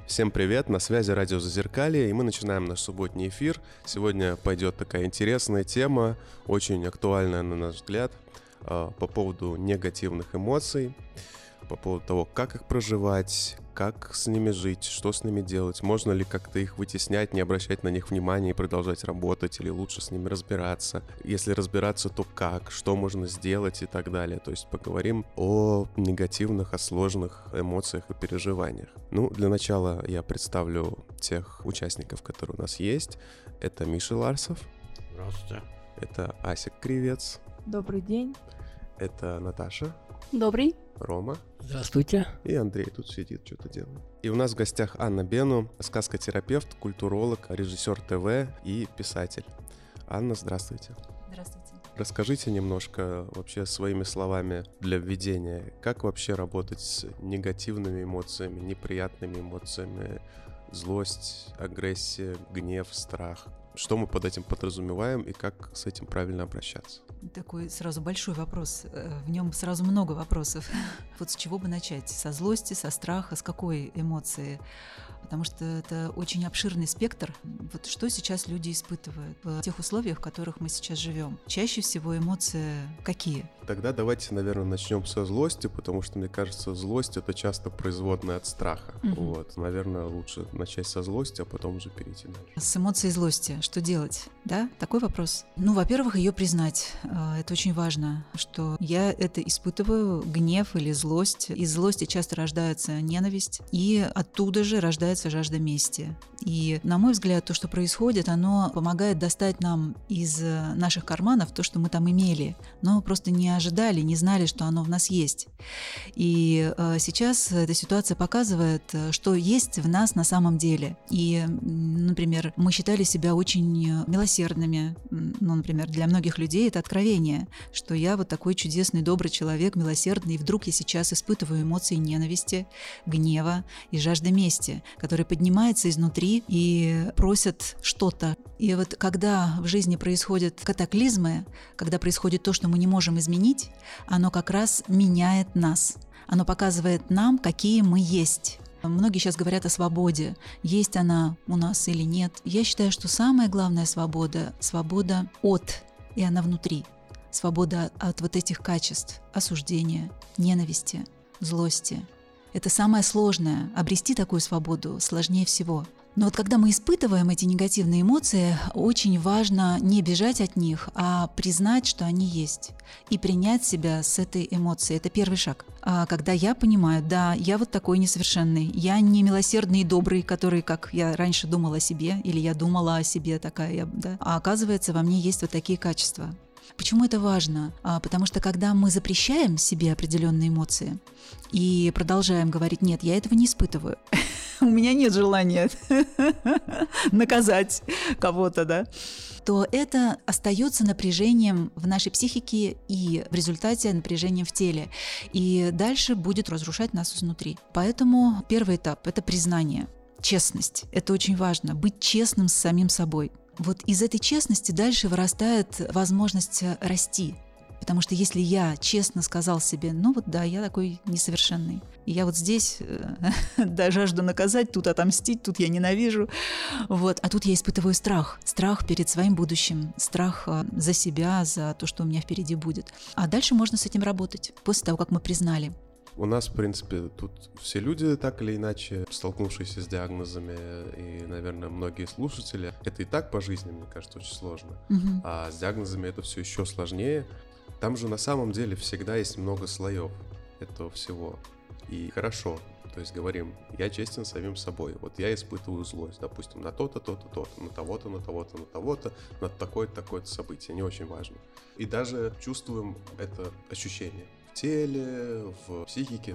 Всем привет, на связи радио Зазеркалье, и мы начинаем наш субботний эфир. Сегодня пойдет такая интересная тема, очень актуальная на наш взгляд, по поводу негативных эмоций, по поводу того, как их проживать, как с ними жить, что с ними делать, можно ли как-то их вытеснять, не обращать на них внимания и продолжать работать, или лучше с ними разбираться. Если разбираться, то как, что можно сделать и так далее. То есть поговорим о негативных, о сложных эмоциях и переживаниях. Для начала я представлю тех участников, которые у нас есть. Это Миша Ларсов. Здравствуйте. Это Асик Кривец. Добрый день. Это Наташа. Добрый. Рома. Здравствуйте. И Андрей тут сидит, что-то делает. И у нас в гостях Анна Бену, сказкотерапевт, культуролог, режиссер ТВ и писатель. Анна, здравствуйте. Здравствуйте. Расскажите немножко вообще своими словами для введения, как вообще работать с негативными эмоциями, неприятными эмоциями, злость, агрессия, гнев, страх. Что мы под этим подразумеваем и как с этим правильно обращаться? Такой сразу большой вопрос. В нем сразу много вопросов. Вот с чего бы начать? Со злости, со страха, с какой эмоции? Потому что это очень обширный спектр. Вот что сейчас люди испытывают в тех условиях, в которых мы сейчас живем? Чаще всего эмоции какие? Тогда давайте, наверное, начнем со злости, потому что, мне кажется, злость — это часто производная от страха. Вот, наверное, лучше начать со злости, а потом уже перейти дальше. С эмоцией злости что делать? Да, такой вопрос. Во-первых, ее признать. Это очень важно, что я это испытываю, гнев или злость. Из злости часто рождается ненависть, и оттуда же рождается жажда мести. И, на мой взгляд, то, что происходит, оно помогает достать нам из наших карманов то, что мы там имели, но просто не ожидали, не знали, что оно в нас есть. И сейчас эта ситуация показывает, что есть в нас на самом деле. И, например, мы считали себя очень милосердными. Например, для многих людей это откровение, что я вот такой чудесный, добрый человек, милосердный, и вдруг я сейчас испытываю эмоции ненависти, гнева и жажды мести, которые поднимаются изнутри и просят что-то. И вот когда в жизни происходят катаклизмы, когда происходит то, что мы не можем изменить, оно как раз меняет нас. Оно показывает нам, какие мы есть. Многие сейчас говорят о свободе. Есть она у нас или нет. Я считаю, что самая главная свобода – свобода от, и она внутри. Свобода от вот этих качеств – осуждения, ненависти, злости. Это самое сложное. Обрести такую свободу сложнее всего. Но вот когда мы испытываем эти негативные эмоции, очень важно не бежать от них, а признать, что они есть, и принять себя с этой эмоцией. Это первый шаг. А когда я понимаю, да, я вот такой несовершенный, я не милосердный и добрый, который, как я раньше думала о себе, или я думала о себе такая, да, а оказывается, во мне есть вот такие качества. Почему это важно? Потому что когда мы запрещаем себе определенные эмоции и продолжаем говорить: нет, я этого не испытываю, у меня нет желания наказать кого-то, да, то это остается напряжением в нашей психике и в результате напряжением в теле. И дальше будет разрушать нас изнутри. Поэтому первый этап – это признание, честность. Это очень важно, быть честным с самим собой. Вот из этой честности дальше вырастает возможность расти. Потому что если я честно сказал себе: да, я такой несовершенный, и я вот здесь да, жажду наказать, тут отомстить, тут я ненавижу, а тут я испытываю страх перед своим будущим, страх за себя, за то, что у меня впереди будет. А дальше можно с этим работать, после того, как мы признали. У нас, в принципе, тут все люди, так или иначе, столкнувшиеся с диагнозами, и, наверное, многие слушатели, это и так по жизни, мне кажется, очень сложно. А с диагнозами это все еще сложнее. Там же на самом деле всегда есть много слоев этого всего. И хорошо, то есть говорим: я честен с самим собой. Вот я испытываю злость, допустим, на то-то, то-то, то-то, на того-то, на того-то, на того-то, на такое-то, такое-то событие, не очень важно. И даже чувствуем это ощущение в теле, в психике.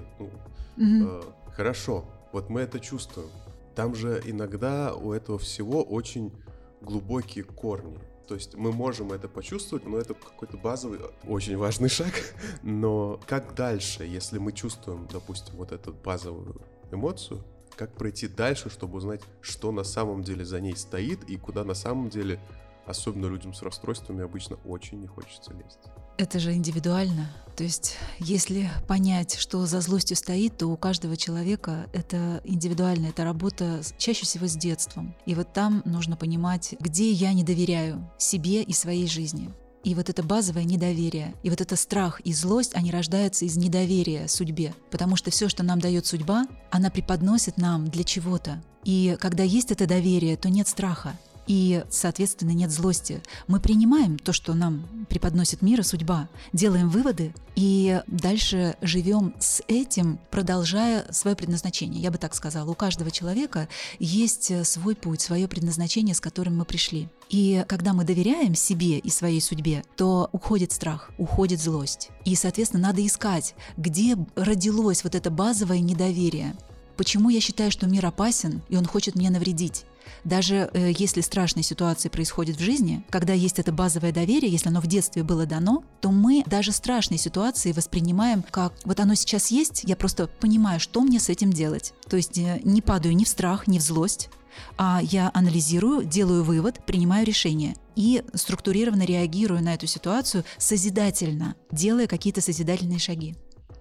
Хорошо, вот мы это чувствуем. Там же иногда у этого всего очень глубокие корни. То есть мы можем это почувствовать, но это какой-то базовый, очень важный шаг. Но как дальше, если мы чувствуем, допустим, вот эту базовую эмоцию, как пройти дальше, чтобы узнать, что на самом деле за ней стоит и куда на самом деле особенно людям с расстройствами обычно очень не хочется лезть. Это же индивидуально. То есть, если понять, что за злостью стоит, то у каждого человека это индивидуально, это работа чаще всего с детством. И вот там нужно понимать, где я не доверяю себе и своей жизни. И вот это базовое недоверие, и вот это страх и злость, они рождаются из недоверия судьбе. Потому что все, что нам дает судьба, она преподносит нам для чего-то. И когда есть это доверие, то нет страха. И, соответственно, нет злости. Мы принимаем то, что нам преподносит мир и судьба, делаем выводы и дальше живем с этим, продолжая свое предназначение. Я бы так сказала, у каждого человека есть свой путь, свое предназначение, с которым мы пришли. И когда мы доверяем себе и своей судьбе, то уходит страх, уходит злость. И, соответственно, надо искать, где родилось вот это базовое недоверие. Почему я считаю, что мир опасен, и он хочет мне навредить? Даже если страшные ситуации происходят в жизни, когда есть это базовое доверие, если оно в детстве было дано, то мы даже страшные ситуации воспринимаем как вот оно сейчас есть, я просто понимаю, что мне с этим делать. То есть не падаю ни в страх, ни в злость, а я анализирую, делаю вывод, принимаю решение и структурированно реагирую на эту ситуацию созидательно, делая какие-то созидательные шаги.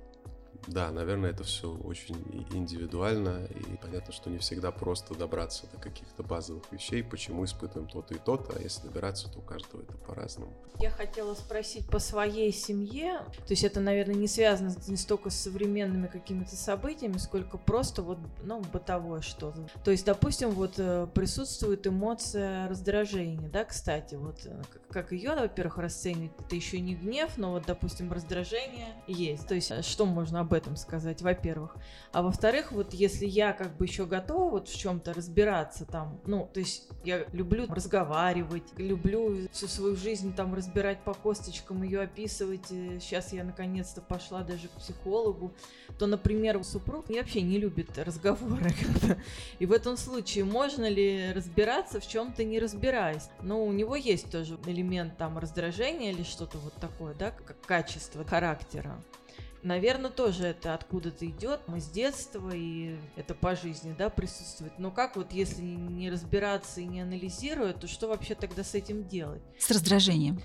Да, наверное, это все очень индивидуально, и понятно, что не всегда просто добраться до каких-то базовых вещей, почему испытываем то-то и то-то, а если добираться, то у каждого это по-разному. Я хотела спросить по своей семье, то есть это, наверное, не связано не столько с современными какими-то событиями, сколько просто вот, бытовое что-то. То есть, допустим, вот присутствует эмоция раздражения, да, кстати, вот как ее, во-первых, расценивать, это еще не гнев, но вот, допустим, раздражение есть. То есть, что можно об этом сказать, во-первых. А во-вторых, вот если я как бы еще готова вот в чем-то разбираться там, то есть я люблю разговаривать, люблю всю свою жизнь там разбирать по косточкам, ее описывать, и сейчас я наконец-то пошла даже к психологу, то, например, супруг вообще не любит разговоры. И в этом случае можно ли разбираться в чем-то, не разбираясь? У него есть тоже элемент там раздражения или что-то вот такое, да, как качество характера. Наверное, тоже это откуда-то идет, мы с детства, и это по жизни, да, присутствует. Но как вот, если не разбираться и не анализировать, то что вообще тогда с этим делать? С раздражением.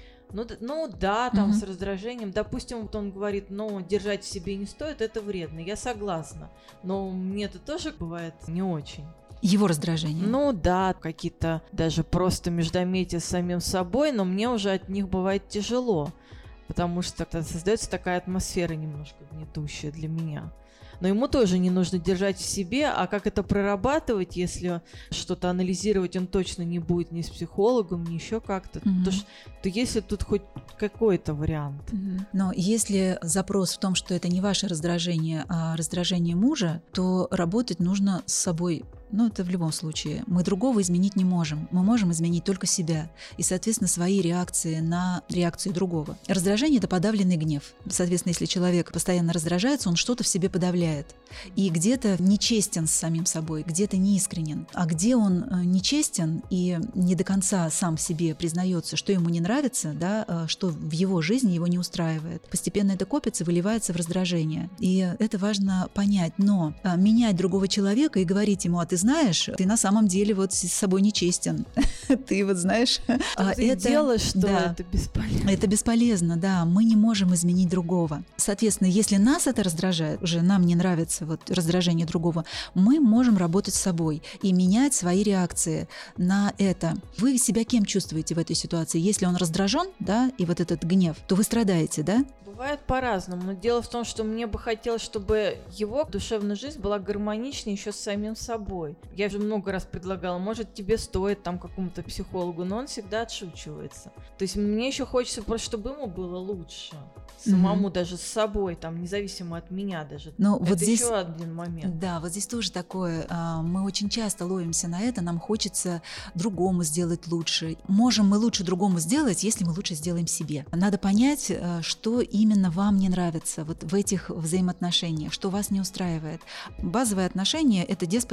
Там с раздражением. Допустим, вот он говорит, держать в себе не стоит, это вредно. Я согласна. Но мне это тоже бывает не очень. Его раздражение. Какие-то даже просто междометия с самим собой, но мне уже от них бывает тяжело. Потому что создается такая атмосфера немножко гнетущая для меня. Но ему тоже не нужно держать в себе, а как это прорабатывать, если что-то анализировать он точно не будет ни с психологом, ни еще как-то, то если тут хоть какой-то вариант. Но если запрос в том, что это не ваше раздражение, а раздражение мужа, то работать нужно с собой. Это в любом случае. Мы другого изменить не можем. Мы можем изменить только себя. И, соответственно, свои реакции на реакции другого. Раздражение – это подавленный гнев. Соответственно, если человек постоянно раздражается, он что-то в себе подавляет. И где-то нечестен с самим собой, где-то неискренен. А где он нечестен и не до конца сам себе признается, что ему не нравится, да, что в его жизни его не устраивает. Постепенно это копится, выливается в раздражение. И это важно понять. Но менять другого человека и говорить ему: а ты знаешь, ты на самом деле вот с собой нечестен. Ты вот знаешь... Ты делаешь, что это бесполезно. Это бесполезно, да. Мы не можем изменить другого. Соответственно, если нас это раздражает, уже нам не нравится вот раздражение другого, мы можем работать с собой и менять свои реакции на это. Вы себя кем чувствуете в этой ситуации? Если он раздражен, да, и вот этот гнев, то вы страдаете, да? Бывает по-разному, но дело в том, что мне бы хотелось, чтобы его душевная жизнь была гармоничнее еще с самим собой. Я уже много раз предлагала, может, тебе стоит там какому-то психологу, но он всегда отшучивается. То есть мне еще хочется просто, чтобы ему было лучше. Самому даже с собой, там, независимо от меня даже. Но это вот здесь, еще один момент. Да, вот здесь тоже такое, мы очень часто ловимся на это, нам хочется другому сделать лучше. Можем мы лучше другому сделать, если мы лучше сделаем себе. Надо понять, что именно вам не нравится вот в этих взаимоотношениях, что вас не устраивает. Базовые отношения – это деспот и жертва.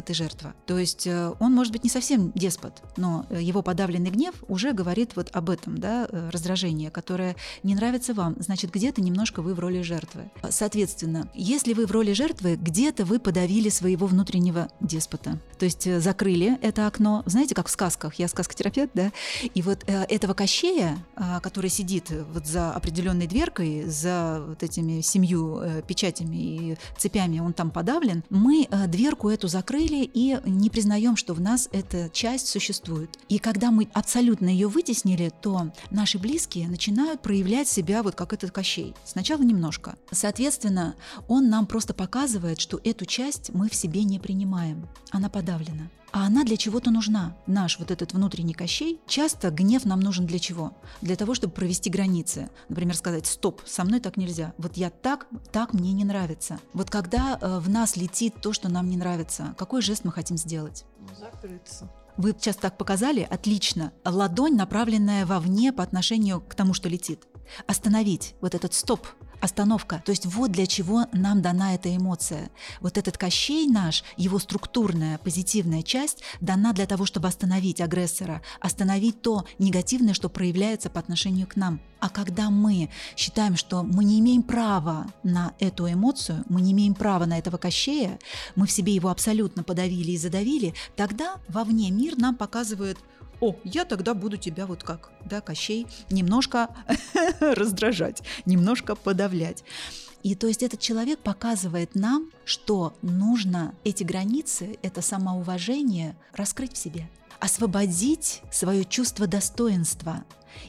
жертва. То есть он может быть не совсем деспот, но его подавленный гнев уже говорит вот об этом, да, раздражение, которое не нравится вам, значит, где-то немножко вы в роли жертвы. Соответственно, если вы в роли жертвы, где-то вы подавили своего внутреннего деспота. То есть закрыли это окно, знаете, как в сказках, я сказкотерапевт, да, и вот этого Кощея, который сидит вот за определенной дверкой, за вот этими 7 печатями и цепями, он там подавлен, мы дверку эту закрыли и не признаем, что в нас эта часть существует. И когда мы абсолютно ее вытеснили, то наши близкие начинают проявлять себя вот как этот Кощей. Сначала немножко. Соответственно, он нам просто показывает, что эту часть мы в себе не принимаем. Она подавлена. А она для чего-то нужна. Наш вот этот внутренний Кощей. Часто гнев нам нужен для чего? Для того, чтобы провести границы. Например, сказать: стоп, со мной так нельзя. Вот я так мне не нравится. Вот когда в нас летит то, что нам не нравится, какой жест мы хотим сделать? Закрыться. Вы сейчас так показали, отлично. Ладонь, направленная вовне по отношению к тому, что летит. Остановить вот этот стоп. Остановка. То есть вот для чего нам дана эта эмоция. Вот этот Кощей наш, его структурная, позитивная часть дана для того, чтобы остановить агрессора, остановить то негативное, что проявляется по отношению к нам. А когда мы считаем, что мы не имеем права на эту эмоцию, мы не имеем права на этого Кощея, мы в себе его абсолютно подавили и задавили, тогда вовне мир нам показывает: о, я тогда буду тебя вот как, да, Кощей, немножко раздражать, немножко подавлять. И то есть этот человек показывает нам, что нужно эти границы, это самоуважение раскрыть в себе, освободить свое чувство достоинства.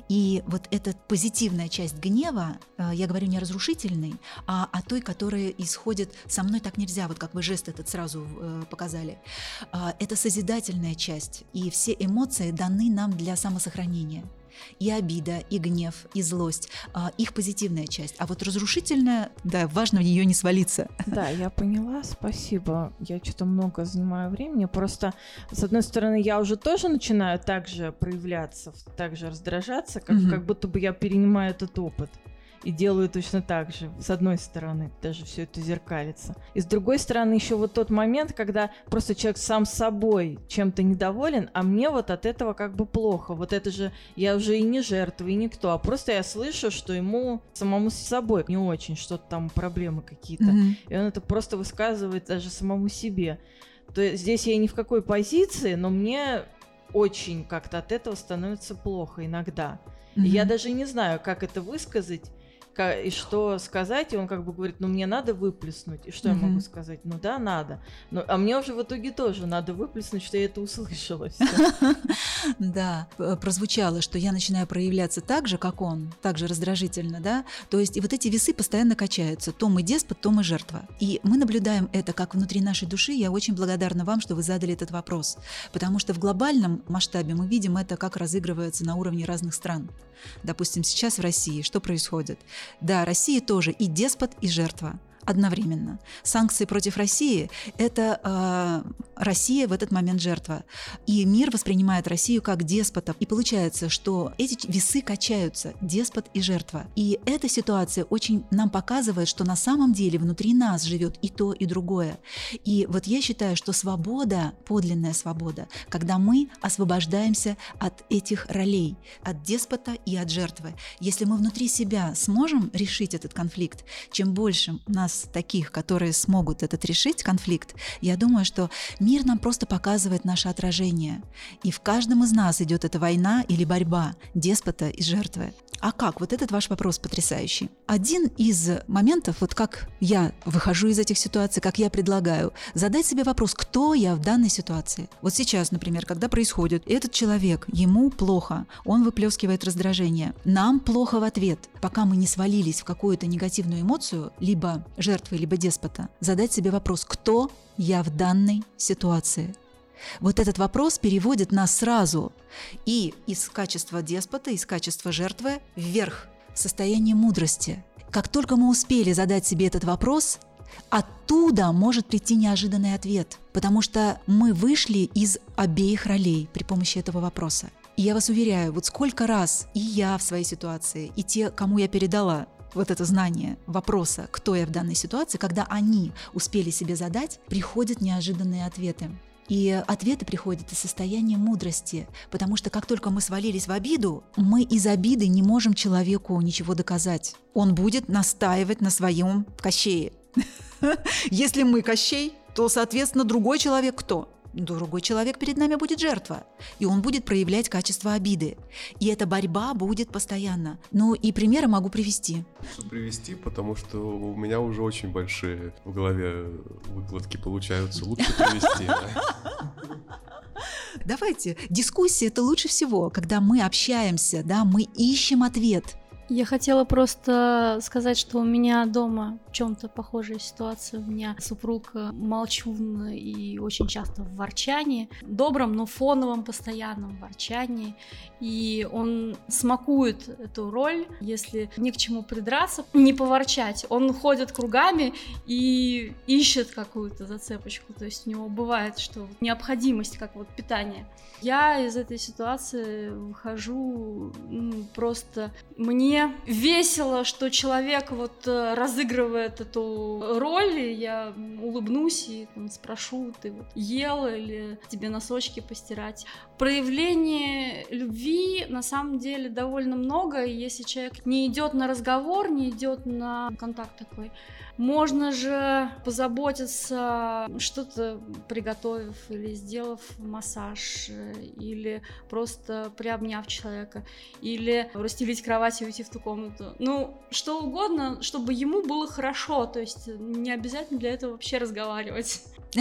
И вот эта позитивная часть гнева, я говорю не разрушительной, а о той, которая исходит «со мной так нельзя», вот как вы жест этот сразу показали. Это созидательная часть, и все эмоции даны нам для самосохранения. И обида, и гнев, и злость, их позитивная часть. А вот разрушительная, да, важно в нее не свалиться. Да, я поняла, спасибо. Я что-то много занимаю времени. Просто, с одной стороны, я уже тоже начинаю так же проявляться, так же раздражаться, как будто бы я перенимаю этот опыт. И делаю точно так же, с одной стороны, даже все это зеркалится. И с другой стороны, еще вот тот момент, когда просто человек сам с собой чем-то недоволен, а мне вот от этого как бы плохо. Вот это же я уже и не жертва, и никто, а просто я слышу, что ему самому с собой не очень, что-то там проблемы какие-то. И он это просто высказывает даже самому себе. То есть здесь я ни в какой позиции, но мне очень как-то от этого становится плохо иногда. И я даже не знаю, как это высказать, и что сказать, и он как бы говорит: ну мне надо выплеснуть, и что я могу сказать? Ну да, надо, а мне уже в итоге тоже надо выплеснуть, что я это услышала. Да, прозвучало, что я начинаю проявляться так же, как он, так же раздражительно, да, то есть и вот эти весы постоянно качаются, то мы деспот, то мы жертва, и мы наблюдаем это как внутри нашей души. Я очень благодарна вам, что вы задали этот вопрос, потому что в глобальном масштабе мы видим это, как разыгрывается на уровне разных стран. Допустим, сейчас в России что происходит? Да, Россия тоже и деспот, и жертва одновременно. Санкции против России – это Россия в этот момент жертва. И мир воспринимает Россию как деспота. И получается, что эти весы качаются – деспот и жертва. И эта ситуация очень нам показывает, что на самом деле внутри нас живет и то, и другое. И вот я считаю, что свобода, подлинная свобода, когда мы освобождаемся от этих ролей, от деспота и от жертвы. Если мы внутри себя сможем решить этот конфликт, чем больше нас таких, которые смогут этот решить конфликт, я думаю, что мир нам просто показывает наше отражение. И в каждом из нас идет эта война или борьба деспота и жертвы. А как? Вот этот ваш вопрос потрясающий. Один из моментов, вот как я выхожу из этих ситуаций, как я предлагаю, задать себе вопрос, кто я в данной ситуации. Вот сейчас, например, когда происходит, этот человек, ему плохо, он выплескивает раздражение, нам плохо в ответ. Пока мы не свалились в какую-то негативную эмоцию, либо жертвы, либо деспота, задать себе вопрос, кто я в данной ситуации. Вот этот вопрос переводит нас сразу и из качества деспота, из качества жертвы вверх, в состояние мудрости. Как только мы успели задать себе этот вопрос, оттуда может прийти неожиданный ответ, потому что мы вышли из обеих ролей при помощи этого вопроса. И я вас уверяю, вот сколько раз и я в своей ситуации, и те, кому я передала вот это знание вопроса, кто я в данной ситуации, когда они успели себе задать, приходят неожиданные ответы. И ответы приходят из состояния мудрости, потому что как только мы свалились в обиду, мы из обиды не можем человеку ничего доказать. Он будет настаивать на своем Кощее. Если мы Кощей, то, соответственно, другой человек кто? Другой человек перед нами будет жертва, и он будет проявлять качество обиды. И эта борьба будет постоянно. Ну и примеры могу привести. Привести, потому что у меня уже очень большие в голове выкладки получаются. Лучше привести. Давайте. Дискуссия – это лучше всего, когда мы общаемся, да, мы ищем ответ. Я хотела просто сказать, что у меня дома в чем-то похожая ситуация. У меня супруг молчун и очень часто в ворчании, добром, но фоновом постоянном ворчании. И он смакует эту роль, если ни к чему придраться, не поворчать. Он ходит кругами и ищет какую-то зацепочку. То есть у него бывает, что необходимость, как вот питание. Я из этой ситуации выхожу просто... Мне весело, что человек вот разыгрывает эту роль, и я улыбнусь и там, спрошу, ты вот ел или тебе носочки постирать. Проявление любви на самом деле довольно много, и если человек не идет на разговор, не идет на контакт такой, можно же позаботиться, что-то приготовив или сделав массаж, или просто приобняв человека, или расстелить кровать и уйти в ту комнату. Ну, что угодно, чтобы ему было хорошо, то есть не обязательно для этого вообще разговаривать.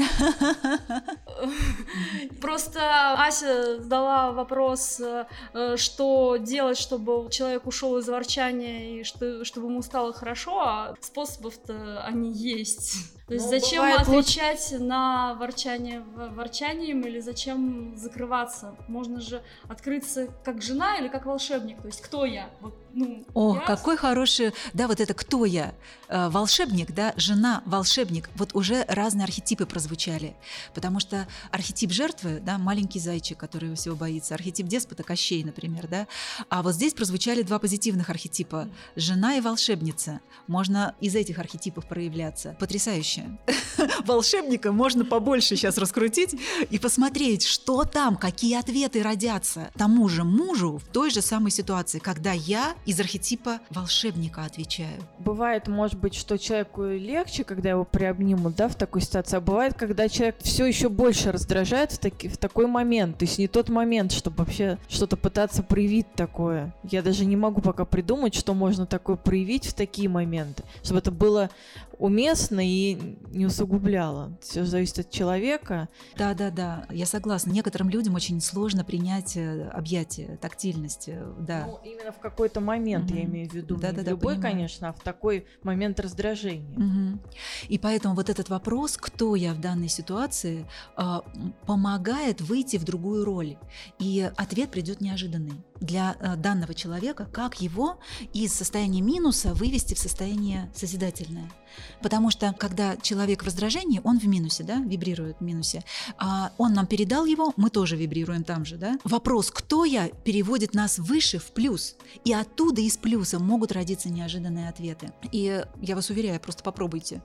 Просто Ася задала вопрос, что делать, чтобы человек ушел из ворчания и чтобы ему стало хорошо, а способов-то они есть. То есть зачем отвечать на ворчание ворчанием или зачем закрываться? Можно же открыться как жена или как волшебник. То есть кто я? Вот, О, какой хороший... Да, вот это «кто я?» Волшебник, да, жена, волшебник. Вот уже разные архетипы прозвучали. Потому что архетип жертвы, да, маленький зайчик, который всего боится. Архетип деспота, Кощей, например, да. А вот здесь прозвучали два позитивных архетипа. Жена и волшебница. Можно из этих архетипов проявляться. Потрясающе. Волшебника можно побольше сейчас раскрутить и посмотреть, что там, какие ответы родятся тому же мужу в той же самой ситуации, когда я из архетипа волшебника отвечаю. Бывает, может быть, что человеку легче, когда его приобнимут, да, в такой ситуации, а бывает, когда человек все еще больше раздражает в такой момент, то есть не тот момент, чтобы вообще что-то пытаться проявить такое. Я даже не могу пока придумать, что можно такое проявить в такие моменты, чтобы это было уместно и не усугубляло. Все зависит от человека. Да, я согласна. Некоторым людям очень сложно принять объятие, тактильность. Да. Ну, именно в какой-то момент, я имею в виду. Не в любой, конечно, а в такой момент раздражения. И поэтому вот этот вопрос, кто я в данной ситуации, помогает выйти в другую роль. И ответ придет неожиданный для данного человека, как его из состояния минуса вывести в состояние созидательное. Потому что, когда человек в раздражении, он в минусе, да, вибрирует в минусе. А он нам передал его, мы тоже вибрируем там же, да. Вопрос «кто я?» переводит нас выше в плюс. И оттуда из плюса могут родиться неожиданные ответы. И я вас уверяю, просто попробуйте.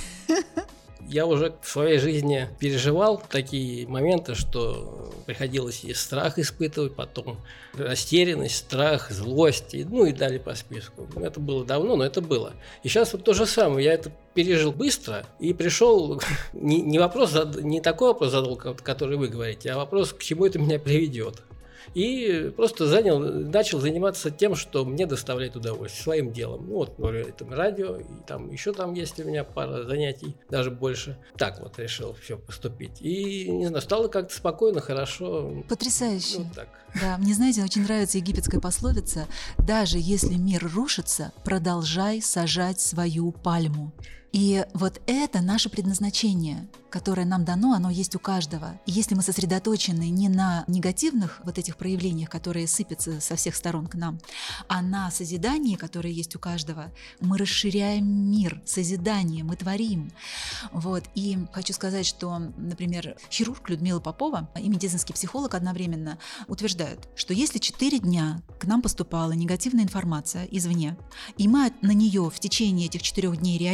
Я уже в своей жизни переживал такие моменты, что приходилось и страх испытывать, потом растерянность, страх, злость, и далее по списку. Это было давно, но это было. И сейчас вот то же самое. Я это пережил быстро и пришел, не такой вопрос задал, который вы говорите, а вопрос, к чему это меня приведет. И просто начал заниматься тем, что мне доставляет удовольствие, своим делом. Это радио, и там еще есть у меня пара занятий, даже больше. Так вот решил все поступить. И, не знаю, стало как-то спокойно, хорошо. Потрясающе. Вот так. Да, мне, знаете, очень нравится египетская пословица: «Даже если мир рушится, продолжай сажать свою пальму». И вот это наше предназначение, которое нам дано, оно есть у каждого. И если мы сосредоточены не на негативных вот этих проявлениях, которые сыпятся со всех сторон к нам, а на созидании, которое есть у каждого, мы расширяем мир, созидание, мы творим. Вот. И хочу сказать, что, например, хирург Людмила Попова и медицинский психолог одновременно утверждают, что если 4 дня к нам поступала негативная информация извне, и мы на нее в течение этих 4 дней реагировали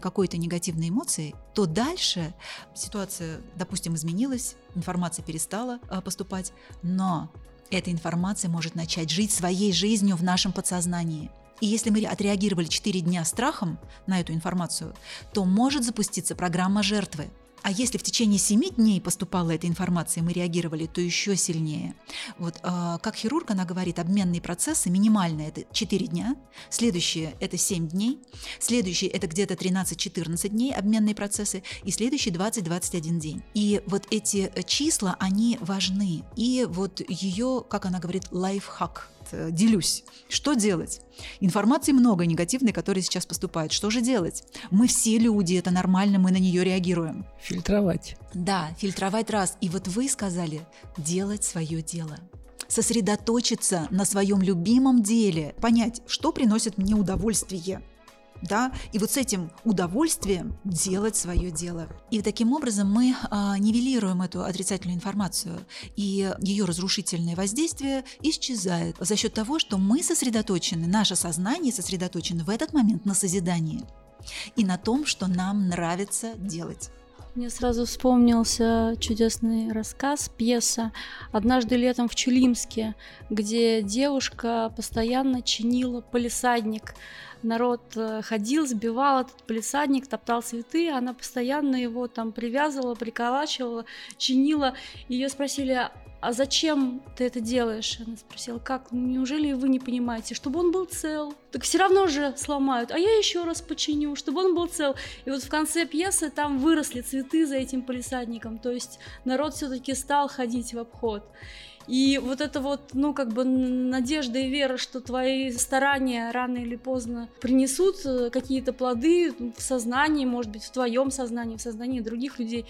какой-то негативной эмоции, то дальше ситуация, допустим, изменилась, информация перестала поступать, но эта информация может начать жить своей жизнью в нашем подсознании. И если мы отреагировали 4 дня страхом на эту информацию, то может запуститься программа жертвы. А если в течение 7 дней поступала эта информация, и мы реагировали, то еще сильнее. Вот как хирург, она говорит, обменные процессы минимальные – это 4 дня, следующие – это 7 дней, следующие – это где-то 13-14 дней обменные процессы, и следующие 20-21 день. И вот эти числа, они важны. И вот ее, как она говорит, лайфхак. Делюсь. Что делать? Информации много негативной, которая сейчас поступает. Что же делать? Мы все люди, это нормально, мы на нее реагируем. Фильтровать. Да, фильтровать раз. И вот вы сказали делать свое дело. Сосредоточиться на своем любимом деле. Понять, что приносит мне удовольствие. Да, и вот с этим удовольствием делать свое дело. И таким образом мы нивелируем эту отрицательную информацию, и ее разрушительное воздействие исчезает за счет того, что мы сосредоточены, наше сознание сосредоточено в этот момент на созидании и на том, что нам нравится делать. Мне сразу вспомнился чудесный рассказ, пьеса «Однажды летом в Чулимске», где девушка постоянно чинила палисадник. Народ ходил, сбивал этот палисадник, топтал цветы, она постоянно его там привязывала, приколачивала, чинила. Ее спросили: а зачем ты это делаешь? Она спросила: как, неужели вы не понимаете, чтобы он был цел? Так все равно же сломают, а я еще раз починю, чтобы он был цел. И вот в конце пьесы там выросли цветы за этим палисадником, то есть народ все-таки стал ходить в обход. И вот это вот, надежда и вера, что твои старания рано или поздно принесут какие-то плоды в сознании, может быть, в твоем сознании, в сознании других людей,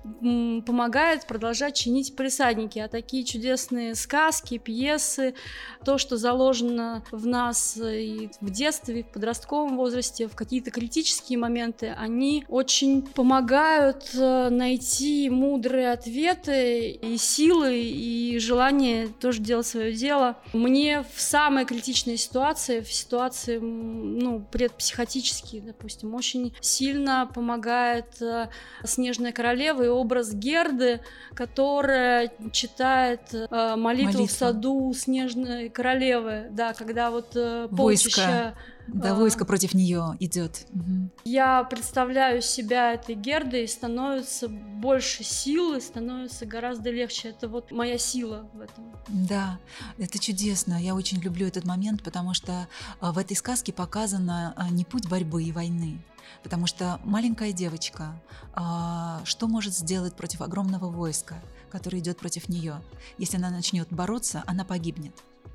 помогает продолжать чинить палисадники. А такие чудесные сказки, пьесы, то, что заложено в нас и в детстве, и в подростковом возрасте, в какие-то критические моменты, они очень помогают найти мудрые ответы и силы, и желание тоже делать свое дело. Мне в самой критичной ситуации, в ситуации, предпсихотические, допустим, очень сильно помогает «Снежная королева» и образ Герды, которая читает молитву в саду Снежной королевы, да, когда вот полчища... войско против нее идет. Угу. Я представляю себя этой Гердой, и становится больше силы, становится гораздо легче. Это вот моя сила в этом. Да, это чудесно. Я очень люблю этот момент, потому что в этой сказке показано не путь борьбы и войны. Потому что маленькая девочка, что может сделать против огромного войска, которое идет против нее? Если она начнет бороться, она погибнет.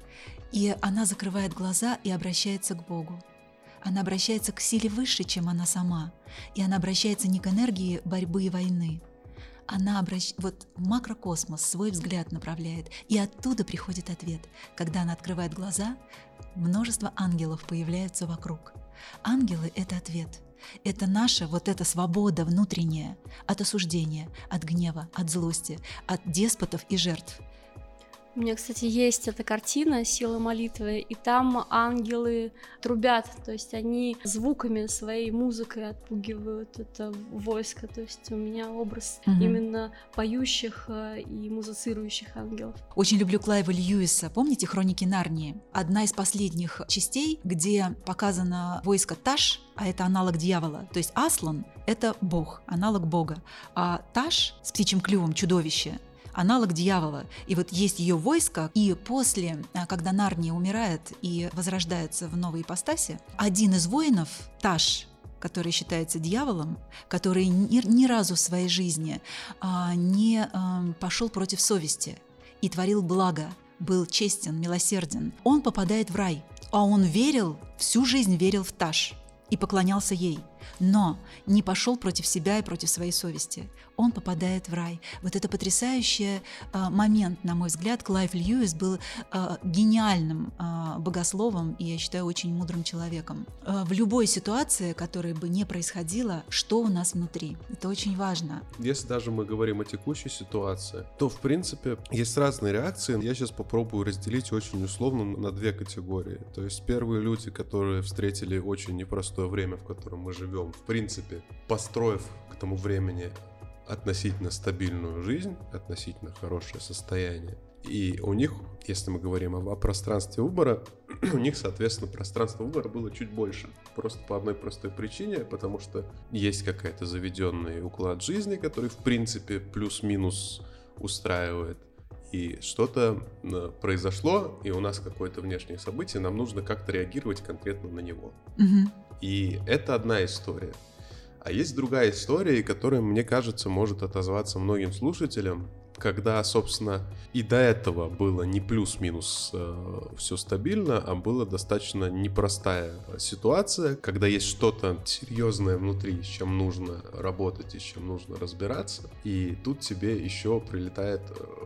И она закрывает глаза и обращается к Богу. Она обращается к силе выше, чем она сама. И она обращается не к энергии борьбы и войны. Она вот в макрокосмос свой взгляд направляет, и оттуда приходит ответ. Когда она открывает глаза, множество ангелов появляются вокруг. Ангелы — это ответ. Это наша вот эта свобода внутренняя от осуждения, от гнева, от злости, от деспотов и жертв. У меня, кстати, есть эта картина «Сила молитвы», и там ангелы трубят, то есть они звуками, своей музыкой отпугивают это войско, то есть у меня образ именно поющих и музыцирующих ангелов. Очень люблю Клайва Льюиса, помните «Хроники Нарнии»? Одна из последних частей, где показано войско Таш, а это аналог дьявола, то есть Аслан — это бог, аналог бога, а Таш с птичьим клювом, чудовище, аналог дьявола. И вот есть ее войско, и после, когда Нарния умирает и возрождается в новой ипостаси, один из воинов, Таш, который считается дьяволом, который ни разу в своей жизни не пошел против совести и творил благо, был честен, милосерден, он попадает в рай. А он верил, всю жизнь верил в Таш и поклонялся ей, но не пошел против себя и против своей совести. Он попадает в рай. Вот это потрясающий момент, на мой взгляд. Клайв Льюис был гениальным богословом и, я считаю, очень мудрым человеком. В любой ситуации, которая бы не происходила, что у нас внутри? Это очень важно. Если даже мы говорим о текущей ситуации, то, в принципе, есть разные реакции. Я сейчас попробую разделить очень условно на 2 категории. То есть первые люди, которые встретили очень непростое время, в котором мы живем, живем, в принципе, построив к тому времени относительно стабильную жизнь, относительно хорошее состояние. И у них, если мы говорим о пространстве выбора, у них, соответственно, пространство выбора было чуть больше. Просто по одной простой причине, потому что есть какой-то заведенный уклад жизни, который, в принципе, плюс-минус устраивает. И что-то произошло, и у нас какое-то внешнее событие, нам нужно как-то реагировать конкретно на него. И это одна история. А есть другая история, которая, мне кажется, может отозваться многим слушателям, когда, собственно, и до этого было не плюс-минус все стабильно, а была достаточно непростая ситуация, когда есть что-то серьезное внутри, с чем нужно работать и с чем нужно разбираться, и тут тебе еще прилетает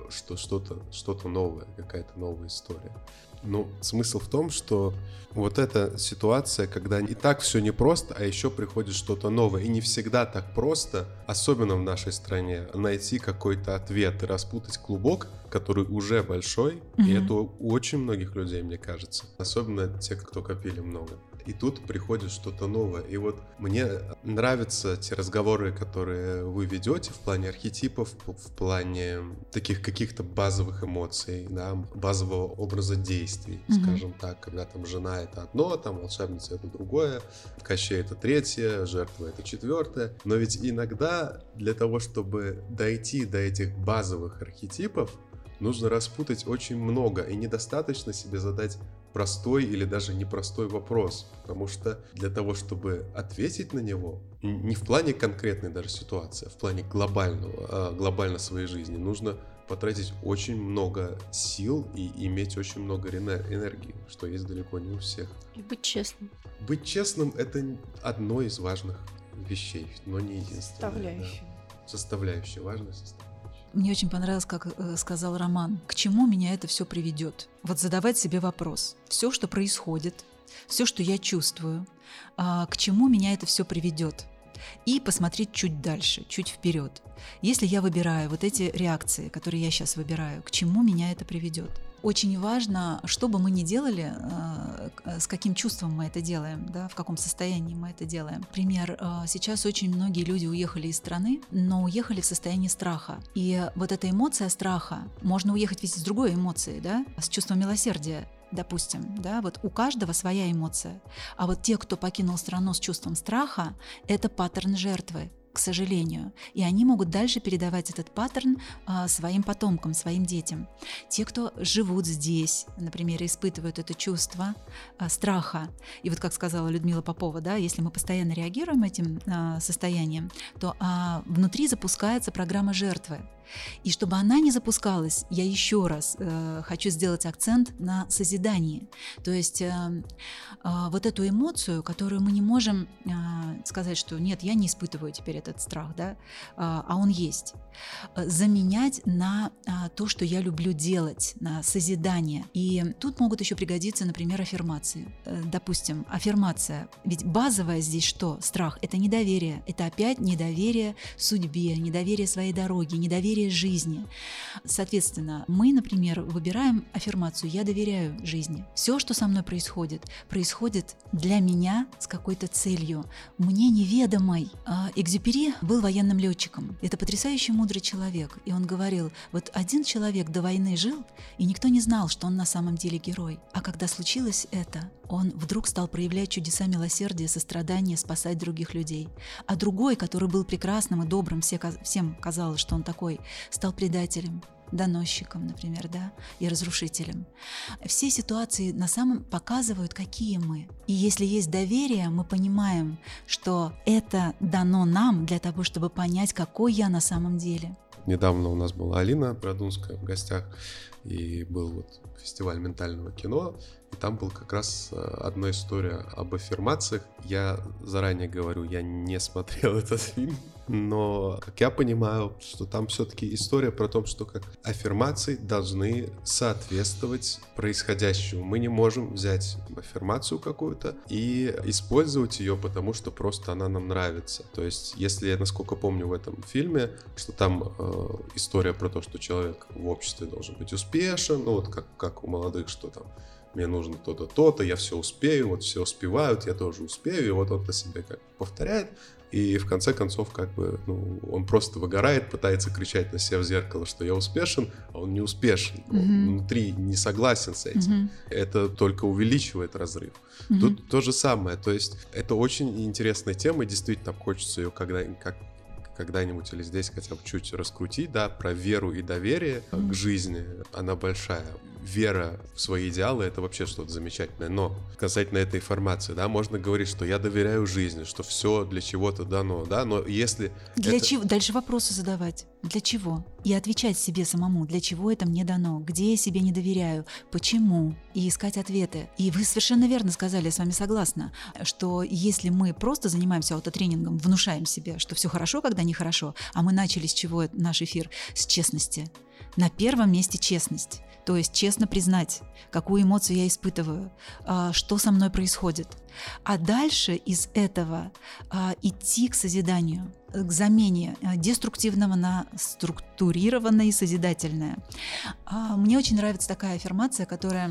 что-то новое, какая-то новая история. Ну, смысл в том, что вот эта ситуация, когда и так все непросто, а еще приходит что-то новое. И не всегда так просто, особенно в нашей стране, найти какой-то ответ и распутать клубок, который уже большой. И это у очень многих людей, мне кажется. Особенно те, кто копили много. И тут приходит что-то новое. И вот мне нравятся те разговоры, которые вы ведете в плане архетипов, в плане таких каких-то базовых эмоций, да, базового образа действий, скажем так, когда там жена — это одно, там волшебница — это другое, Кощей — это третье, жертва — это четвертое. Но ведь иногда для того, чтобы дойти до этих базовых архетипов, нужно распутать очень много, и недостаточно себе задать простой или даже непростой вопрос, потому что для того, чтобы ответить на него, не в плане конкретной даже ситуации, а в плане глобально своей жизни, нужно потратить очень много сил и иметь очень много энергии, что есть далеко не у всех. И быть честным. Быть честным — это одно из важных вещей, но не единственное. Составляющая, важная составляющая. Мне очень понравилось, как сказал Роман, к чему меня это все приведет. Вот задавать себе вопрос. Все, что происходит, все, что я чувствую, к чему меня это все приведет. И посмотреть чуть дальше, чуть вперед. Если я выбираю вот эти реакции, которые я сейчас выбираю, к чему меня это приведет. Очень важно, что бы мы ни делали, с каким чувством мы это делаем, да, в каком состоянии мы это делаем. Например, сейчас очень многие люди уехали из страны, но уехали в состоянии страха. И вот эта эмоция страха, можно уехать ведь с другой эмоцией, да, с чувством милосердия. Допустим, да, вот у каждого своя эмоция. А вот те, кто покинул страну с чувством страха, это паттерн жертвы, к сожалению. И они могут дальше передавать этот паттерн своим потомкам, своим детям. Те, кто живут здесь, например, испытывают это чувство страха. И вот как сказала Людмила Попова, да, если мы постоянно реагируем этим состоянием, то внутри запускается программа жертвы. И чтобы она не запускалась, я еще раз хочу сделать акцент на созидании. То есть вот эту эмоцию, которую мы не можем сказать, что нет, я не испытываю теперь этот страх, да, а он есть, заменять на то, что я люблю делать, на созидание. И тут могут еще пригодиться, например, аффирмации. Допустим, аффирмация. Ведь базовое здесь что? Страх. Это недоверие. Это опять недоверие судьбе, недоверие своей дороге, недоверие жизни. Соответственно, мы, например, выбираем аффирмацию «Я доверяю жизни». Все, что со мной происходит, происходит для меня с какой-то целью, мне неведомой. Экзюпери был военным летчиком. Это потрясающе мудрый человек. И он говорил, вот один человек до войны жил, и никто не знал, что он на самом деле герой. А когда случилось это, он вдруг стал проявлять чудеса милосердия, сострадания, спасать других людей. А другой, который был прекрасным и добрым, всем казалось, что он такой, стал предателем, доносчиком, например, да, и разрушителем. Все ситуации на самом показывают, какие мы. И если есть доверие, мы понимаем, что это дано нам для того, чтобы понять, какой я на самом деле. Недавно у нас была Алина Продунская в гостях, и был вот фестиваль ментального кино, и там был как раз одна история об аффирмациях. Я заранее говорю, я не смотрел этот фильм, но, как я понимаю, что там все-таки история про то, что как аффирмации должны соответствовать происходящему. Мы не можем взять аффирмацию какую-то и использовать ее, потому что просто она нам нравится. То есть, если я, насколько помню в этом фильме, что там история про то, что человек в обществе должен быть успешен, ну вот как у молодых, что там мне нужно то-то, то-то, я все успею, вот все успевают, я тоже успею, и вот он это себе как повторяет, и в конце концов как бы, ну, он просто выгорает, пытается кричать на себя в зеркало, что я успешен, а он не успешен, он внутри не согласен с этим, это только увеличивает разрыв. Тут то же самое, то есть это очень интересная тема, и действительно хочется ее когда-нибудь или здесь хотя бы чуть раскрутить, да, про веру и доверие к жизни, она большая. Вера в свои идеалы — это вообще что-то замечательное, но касательно этой информации, да, можно говорить, что я доверяю жизни, что все для чего-то дано, да, но если... Для чего? Дальше вопросы задавать. Для чего? И отвечать себе самому, для чего это мне дано, где я себе не доверяю, почему, и искать ответы. И вы совершенно верно сказали, я с вами согласна, что если мы просто занимаемся аутотренингом, внушаем себе, что все хорошо, когда нехорошо, а мы начали с чего наш эфир? С честности. На первом месте честность. То есть честно признать, какую эмоцию я испытываю, что со мной происходит. А дальше из этого идти к созиданию, к замене деструктивного на структурированное и созидательное. Мне очень нравится такая аффирмация, которая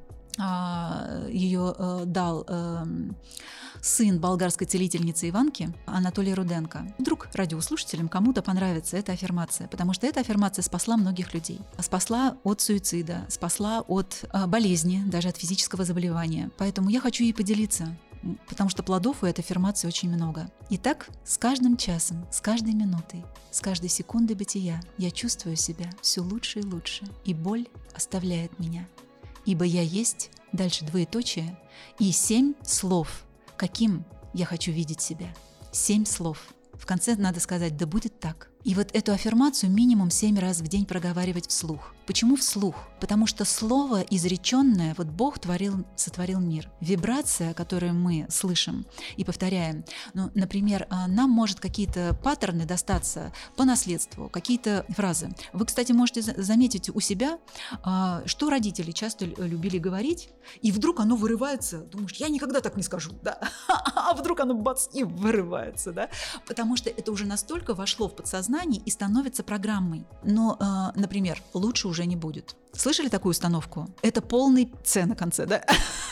ее дал сын болгарской целительницы Иванки Анатолий Руденко. Вдруг радиослушателям кому-то понравится эта аффирмация, потому что эта аффирмация спасла многих людей. Спасла от суицида, спасла от болезни, даже от физического заболевания. Поэтому я хочу ей поделиться, потому что плодов у этой аффирмации очень много. Итак, с каждым часом, с каждой минутой, с каждой секундой бытия я чувствую себя все лучше и лучше, и боль оставляет меня. Ибо я есть, дальше двоеточие, и 7 слов, каким я хочу видеть себя. 7 слов. В конце надо сказать: да будет так. И вот эту аффирмацию минимум 7 раз в день проговаривать вслух. Почему вслух? Потому что слово изреченное, вот Бог сотворил мир. Вибрация, которую мы слышим и повторяем, ну, например, нам может какие-то паттерны достаться по наследству, какие-то фразы. Вы, кстати, можете заметить у себя, что родители часто любили говорить, и вдруг оно вырывается, думаешь, я никогда так не скажу, да? А вдруг оно бац и вырывается, да? Потому что это уже настолько вошло в подсознание и становится программой. Но, например, лучше уже не будет. Слышали такую установку? Это полный «ц» на конце, да?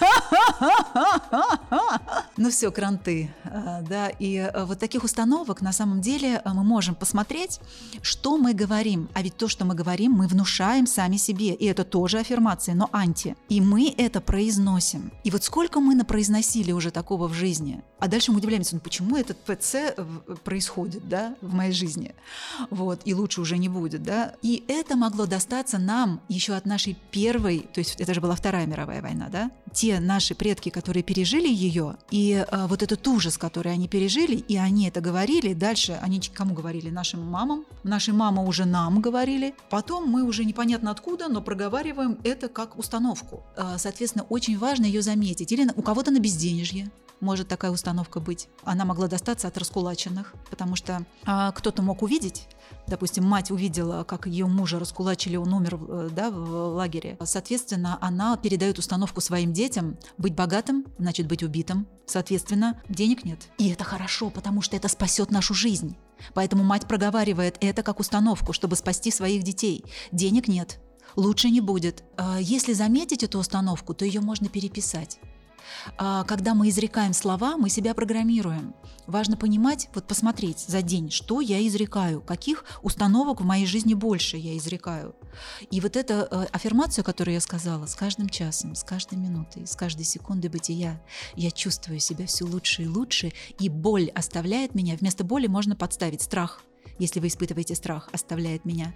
Ну все, кранты, да, и вот таких установок на самом деле мы можем посмотреть, что мы говорим, а ведь то, что мы говорим, мы внушаем сами себе, и это тоже аффирмация, но анти, и мы это произносим. И вот сколько мы напроизносили уже такого в жизни, а дальше мы удивляемся, ну почему этот ПЦ происходит, да, в моей жизни, вот, и лучше уже не будет, да, и это могло достаться нам еще от нашей первой, то есть это же была Вторая мировая война, да, те наши предки, которые пережили ее, и вот этот ужас, который они пережили, и они это говорили, дальше они кому говорили? Нашим мамам, наши мамы уже нам говорили, потом мы уже непонятно откуда, но проговариваем это как установку. Соответственно, очень важно ее заметить. Или у кого-то на безденежье может такая установка быть. Она могла достаться от раскулаченных, потому что кто-то мог увидеть, допустим, мать увидела, как ее мужа раскулачили, он умер, да, в лагере. Соответственно, она передает установку своим детям: быть богатым, значит быть убитым. Соответственно, денег нет. И это хорошо, потому что это спасет нашу жизнь. Поэтому мать проговаривает это как установку, чтобы спасти своих детей. Денег нет, лучше не будет. Если заметить эту установку, то ее можно переписать. Когда мы изрекаем слова, мы себя программируем. Важно понимать, вот посмотреть за день, что я изрекаю, каких установок в моей жизни больше я изрекаю. И вот эту аффирмацию, которую я сказала, с каждым часом, с каждой минутой, с каждой секундой бытия, я чувствую себя все лучше и лучше, и боль оставляет меня. Вместо боли можно подставить страх. Если вы испытываете страх, оставляет меня.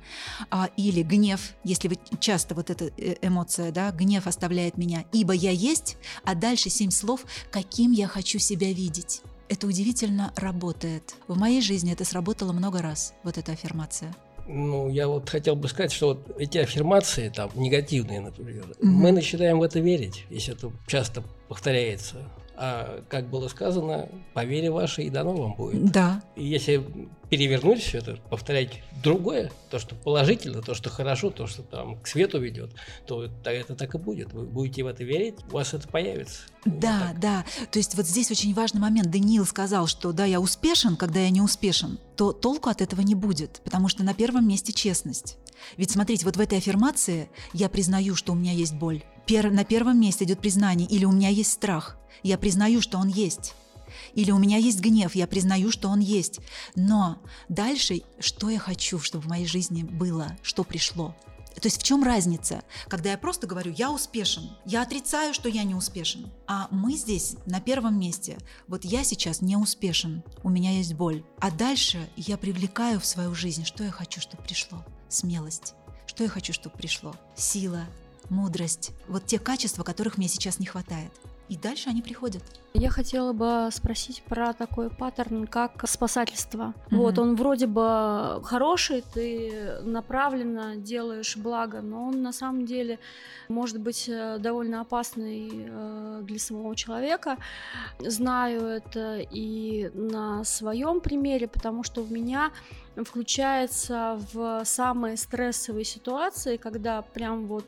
Или гнев, если вы часто вот эта эмоция, да, гнев оставляет меня. Ибо я есть, а дальше 7 слов, каким я хочу себя видеть. Это удивительно работает. В моей жизни это сработало много раз, вот эта аффирмация. Ну, я вот хотел бы сказать, что вот эти аффирмации, там, негативные, например, мы начинаем в это верить, если это часто повторяется. А как было сказано, по вере вашей и дано вам будет. Да. И если перевернуть все это, повторять другое, то, что положительно, то, что хорошо, то, что там к свету ведет, то это так и будет. Вы будете в это верить, у вас это появится. Да, да. То есть вот здесь очень важный момент. Даниил сказал, что да, я успешен, когда я не успешен, то толку от этого не будет, потому что на первом месте честность. Ведь смотрите, вот в этой аффирмации я признаю, что у меня есть боль. На первом месте идет признание, или у меня есть страх, я признаю, что он есть. Или у меня есть гнев, я признаю, что он есть. Но дальше, что я хочу, чтобы в моей жизни было, что пришло. То есть в чем разница? Когда я просто говорю, я успешен, я отрицаю, что я не успешен. А мы здесь на первом месте. Вот я сейчас не успешен, у меня есть боль. А дальше я привлекаю в свою жизнь, что я хочу, чтобы пришло. Смелость. Что я хочу, чтобы пришло? Сила, мудрость. Вот те качества, которых мне сейчас не хватает. И дальше они приходят. Я хотела бы спросить про такой паттерн, как спасательство. Вот, он вроде бы хороший, ты направленно делаешь благо, но он на самом деле может быть довольно опасный для самого человека. Знаю это и на своем примере, потому что у меня включается в самые стрессовые ситуации, когда прям вот,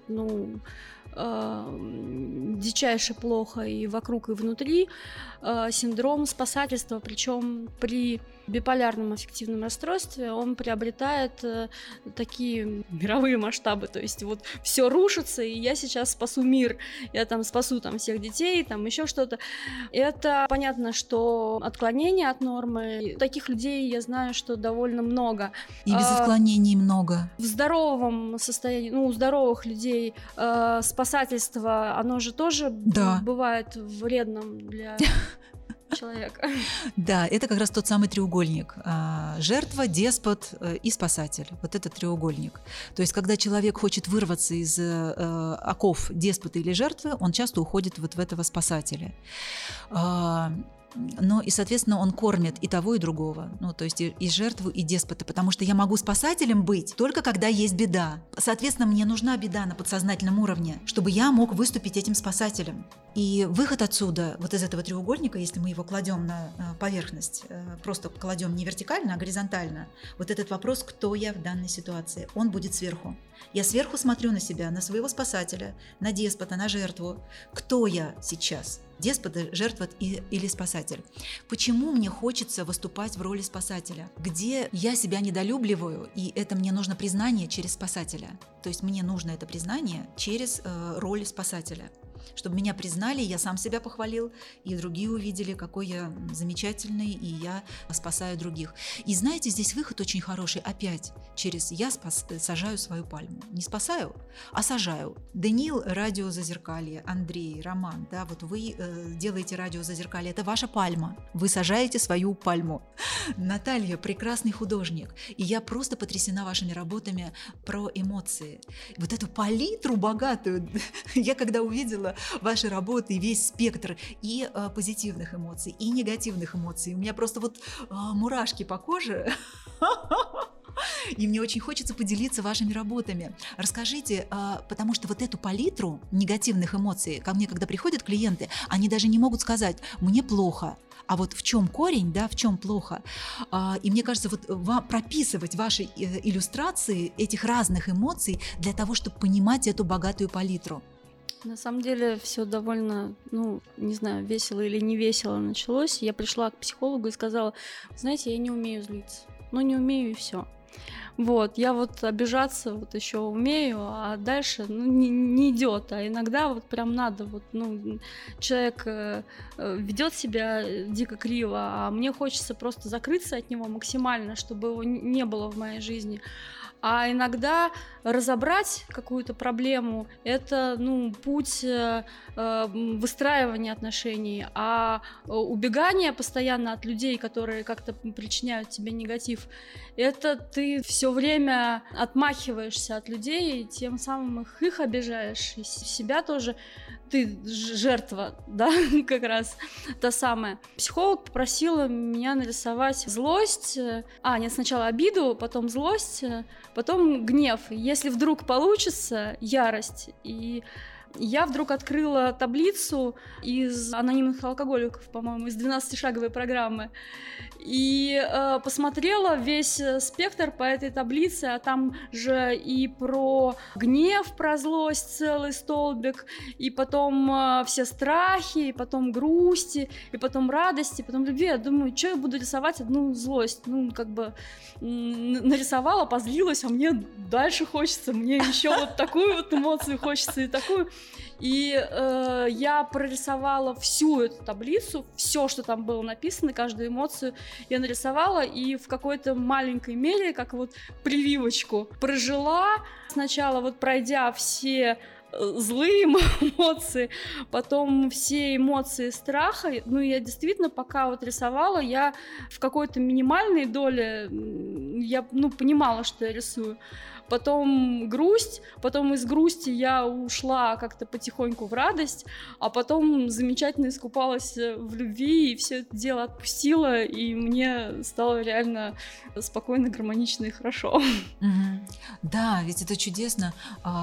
дичайше плохо и вокруг, и внутри, синдром спасательства, причем при биполярном аффективном расстройстве он приобретает такие мировые масштабы, то есть вот все рушится, и я сейчас спасу мир, я там спасу там всех детей, там еще что-то. Это понятно, что отклонение от нормы, таких людей я знаю, что довольно много. И без отклонений много. В здоровом состоянии, у здоровых людей спасательство, оно же тоже бывает вредным для человека. Да, это как раз тот самый треугольник. Жертва, деспот и спасатель. Вот это треугольник. То есть, когда человек хочет вырваться из оков деспота или жертвы, он часто уходит вот в этого спасателя. Ну и, соответственно, он кормит и того, и другого. То есть и жертву, и деспота. Потому что я могу спасателем быть только когда есть беда. Соответственно, мне нужна беда на подсознательном уровне, чтобы я мог выступить этим спасателем. И выход отсюда, вот из этого треугольника, если мы его кладем на поверхность, просто кладем не вертикально, а горизонтально, вот этот вопрос, кто я в данной ситуации, он будет сверху. Я сверху смотрю на себя, на своего спасателя, на деспота, на жертву. Кто я сейчас? Деспот, жертва или спасатель? Почему мне хочется выступать в роли спасателя? Где я себя недолюбливаю, и это мне нужно признание через спасателя. То есть мне нужно это признание через роль спасателя. Чтобы меня признали, я сам себя похвалил, и другие увидели, какой я замечательный, и я спасаю других. И знаете, здесь выход очень хороший опять через «я сажаю свою пальму». Не спасаю, а сажаю. Даниил – радио Зазеркалье, Андрей, Роман, да, вот вы делаете радио Зазеркалье, это ваша пальма, вы сажаете свою пальму. Наталья – прекрасный художник, и я просто потрясена вашими работами про эмоции. Вот эту палитру богатую, я когда увидела ваши работы, весь спектр и позитивных эмоций, и негативных эмоций. У меня просто вот мурашки по коже. И мне очень хочется поделиться вашими работами. Расскажите, потому что вот эту палитру негативных эмоций, ко мне, когда приходят клиенты, они даже не могут сказать «мне плохо». А вот в чем корень, да, в чем плохо. И мне кажется, вот прописывать ваши иллюстрации этих разных эмоций для того, чтобы понимать эту богатую палитру. На самом деле все довольно, не знаю, весело или не весело началось. Я пришла к психологу и сказала: знаете, я не умею злиться. Не умею, и все. Вот, я вот обижаться вот еще умею, а дальше не идет. А иногда вот прям надо, человек ведет себя дико криво, а мне хочется просто закрыться от него максимально, чтобы его не было в моей жизни. А иногда разобрать какую-то проблему – это путь выстраивания отношений, а убегание постоянно от людей, которые как-то причиняют тебе негатив, это ты все время отмахиваешься от людей, и тем самым их обижаешь, и себя тоже. Ты жертва, да, как раз та самая. Психолог попросила меня нарисовать злость, сначала обиду, потом злость, потом гнев. Если вдруг получится, ярость. И я вдруг открыла таблицу из анонимных алкоголиков, по-моему, из 12-шаговой программы, и посмотрела весь спектр по этой таблице, а там же и про гнев, про злость целый столбик, и потом все страхи, и потом грусти, и потом радости, и потом любви. Я думаю, что я буду рисовать одну злость? Ну, как бы нарисовала, позлилась, а мне дальше хочется, мне еще вот такую вот эмоцию хочется и такую. И я прорисовала всю эту таблицу, все, что там было написано, каждую эмоцию я нарисовала, и в какой-то маленькой мере, как вот прививочку, прожила, сначала вот пройдя все злые эмоции, потом все эмоции страха. Ну, я действительно, пока вот рисовала, я в какой-то минимальной доле, я, понимала, что я рисую. Потом грусть, потом из грусти я ушла как-то потихоньку в радость, а потом замечательно искупалась в любви и все это дело отпустила, и мне стало реально спокойно, гармонично и хорошо. Да, ведь это чудесно.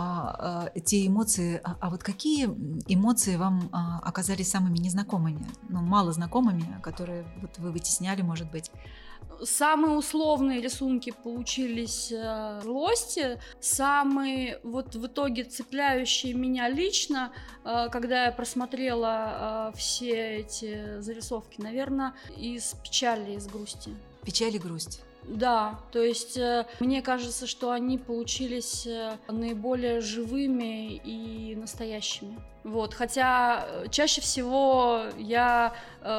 Те эмоции, а вот какие эмоции вам оказались самыми незнакомыми, мало знакомыми, которые вот вы вытесняли, может быть? Самые условные рисунки получились злости, самые вот в итоге цепляющие меня лично, когда я просмотрела все эти зарисовки, наверное, из печали, из грусти. Печаль и грусть. Да, то есть мне кажется, что они получились наиболее живыми и настоящими. Вот, хотя чаще всего я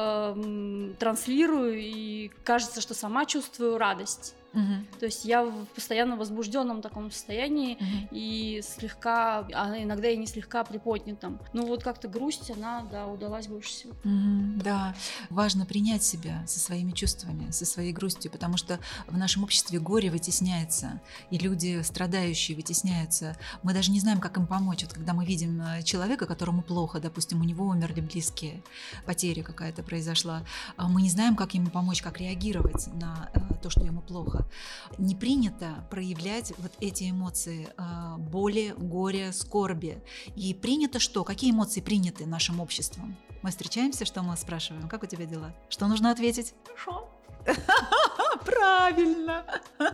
транслирую и кажется, что сама чувствую радость. То есть я в постоянно возбужденном таком состоянии и слегка, а иногда и не слегка приподнятом. Но вот как-то грусть, она, да, удалась больше всего. Да, важно принять себя со своими чувствами, со своей грустью, потому что в нашем обществе горе вытесняется, и люди страдающие вытесняются. Мы даже не знаем, как им помочь. Вот когда мы видим человека, которому плохо, допустим, у него умерли близкие, потеря какая-то произошла, мы не знаем, как ему помочь, как реагировать на то, что ему плохо. Не принято проявлять вот эти эмоции боли, горя, скорби. И принято что? Какие эмоции приняты нашим обществом? Мы встречаемся, что мы спрашиваем? Как у тебя дела? Что нужно ответить? Хорошо. Правильно.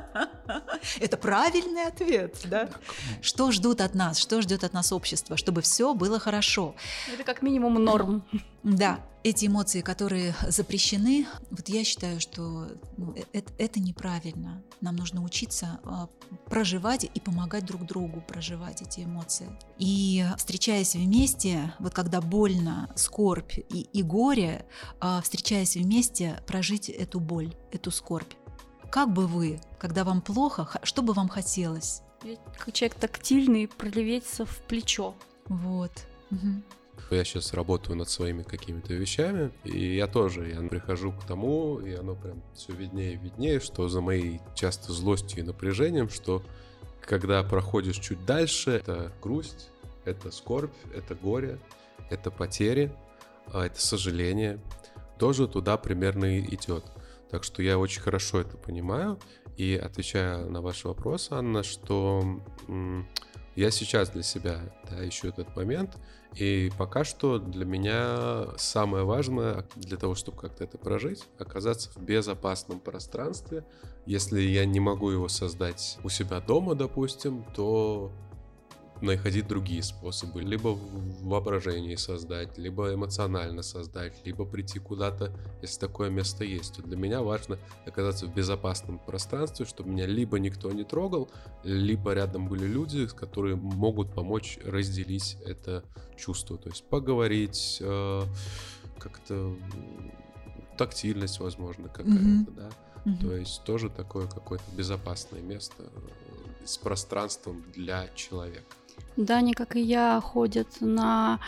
Это правильный ответ, да? Что ждут от нас? Что ждет от нас общество? Чтобы все было хорошо. Это как минимум норм. Да, эти эмоции, которые запрещены, вот я считаю, что это неправильно. Нам нужно учиться проживать и помогать друг другу проживать эти эмоции. И встречаясь вместе, вот когда больно, скорбь и горе, встречаясь вместе, прожить эту боль, эту скорбь. Как бы вы, когда вам плохо, что бы вам хотелось? Как человек тактильный, пролеветься в плечо. Вот. Я сейчас работаю над своими какими-то вещами, и я прихожу к тому, и оно прям все виднее и виднее, что за моей часто злостью и напряжением, что когда проходишь чуть дальше, это грусть, это скорбь, это горе, это потери, это сожаление, тоже туда примерно и идет. Так что я очень хорошо это понимаю, и отвечая на ваш вопрос, Анна, что я сейчас для себя ищу этот момент, и пока что для меня самое важное для того, чтобы как-то это прожить, оказаться в безопасном пространстве. Если я не могу его создать у себя дома, допустим, то находить другие способы. Либо в воображении создать, либо эмоционально создать, либо прийти куда-то, если такое место есть. То для меня важно оказаться в безопасном пространстве, чтобы меня либо никто не трогал, либо рядом были люди, которые могут помочь разделить это чувство. То есть поговорить, как-то тактильность, возможно, какая-то, да. То есть тоже такое какое-то безопасное место с пространством для человека. Даня, как и я, ходят на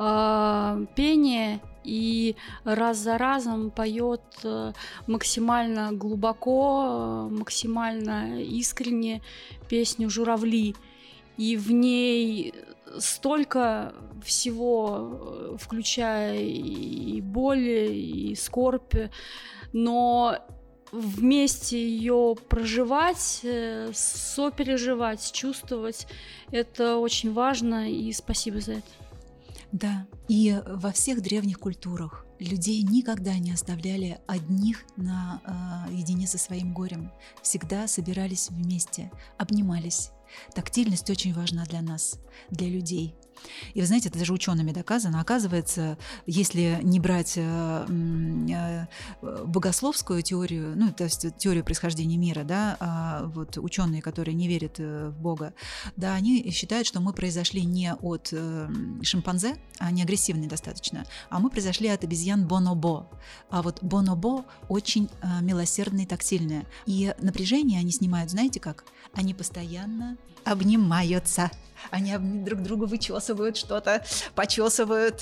пение и раз за разом поет максимально глубоко, максимально искренне песню «Журавли». И в ней столько всего, включая и боль, и скорбь, но вместе ее проживать, сопереживать, чувствовать, это очень важно, и спасибо за это. Да, и во всех древних культурах людей никогда не оставляли одних наедине со своим горем. Всегда собирались вместе, обнимались. Тактильность очень важна для нас, для людей. И вы знаете, это даже учеными доказано. Оказывается, если не брать богословскую теорию, ну, то есть теорию происхождения мира, да, вот ученые, которые не верят в Бога, да, они считают, что мы произошли не от шимпанзе, они агрессивные достаточно, а мы произошли от обезьян бонобо. А вот бонобо очень милосердные, тактильные. И напряжение они снимают, знаете как? Они постоянно обнимаются. Они друг другу вычесывают что-то, почесывают.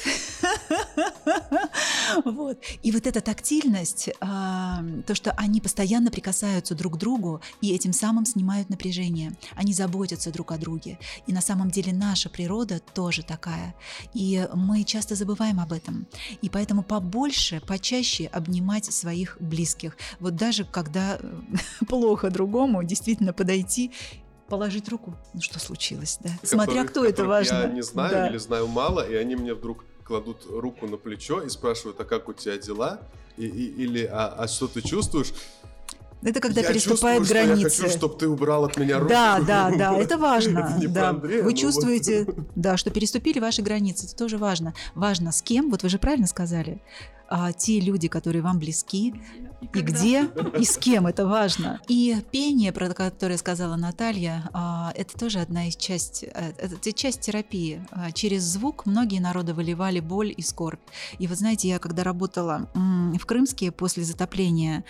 Вот. И вот эта тактильность, то, что они постоянно прикасаются друг к другу и этим самым снимают напряжение. Они заботятся друг о друге. И на самом деле наша природа тоже такая. И мы часто забываем об этом. И поэтому побольше, почаще обнимать своих близких. Вот даже когда плохо другому, действительно подойти, положить руку. Ну, что случилось, да? Смотря кто это важно. Я не знаю, да. Или знаю мало, и они мне вдруг кладут руку на плечо и спрашивают, а как у тебя дела? Или что ты чувствуешь? Это когда я переступает чувствую, границы. Что я хочу, чтобы ты убрал от меня руку. Да, это важно. Это не да. про Андрея, Вы но чувствуете, вот. да, что переступили ваши границы. Это тоже важно. Важно с кем, вот вы же правильно сказали, те люди, которые вам близки, и где, и с кем, это важно. И пение, про которое сказала Наталья, это тоже одна из частей, это часть терапии. Через звук многие народы выливали боль и скорбь. И вы знаете, я когда работала в Крымске после затопления,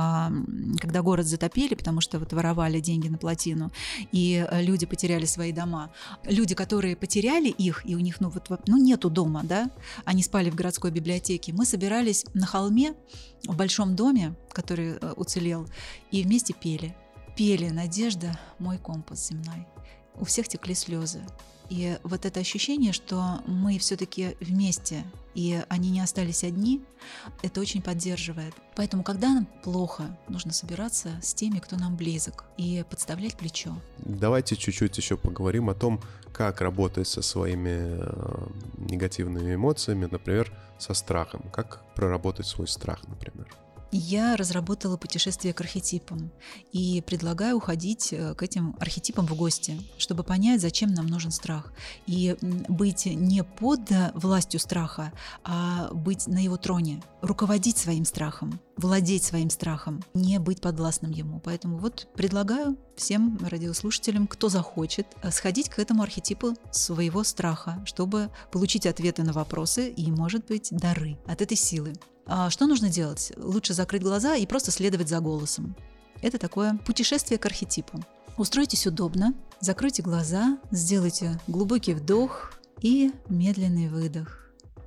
когда город затопили, потому что вот воровали деньги на плотину, и люди потеряли свои дома. Люди, которые потеряли их, и у них нету дома, да, они спали в городской библиотеке, мы собирались на холме в большом доме, который уцелел, и вместе пели. Пели «Надежда, мой компас земной». У всех текли слезы. И вот это ощущение, что мы все-таки вместе, и они не остались одни, это очень поддерживает. Поэтому, когда нам плохо, нужно собираться с теми, кто нам близок, и подставлять плечо. Давайте чуть-чуть еще поговорим о том, как работать со своими негативными эмоциями, например, со страхом. Как проработать свой страх, например. Я разработала путешествие к архетипам и предлагаю уходить к этим архетипам в гости, чтобы понять, зачем нам нужен страх. И быть не под властью страха, а быть на его троне, руководить своим страхом, владеть своим страхом, не быть подвластным ему. Поэтому вот предлагаю всем радиослушателям, кто захочет, сходить к этому архетипу своего страха, чтобы получить ответы на вопросы и, может быть, дары от этой силы. А что нужно делать? Лучше закрыть глаза и просто следовать за голосом. Это такое путешествие к архетипу. Устройтесь удобно, закройте глаза, сделайте глубокий вдох и медленный выдох.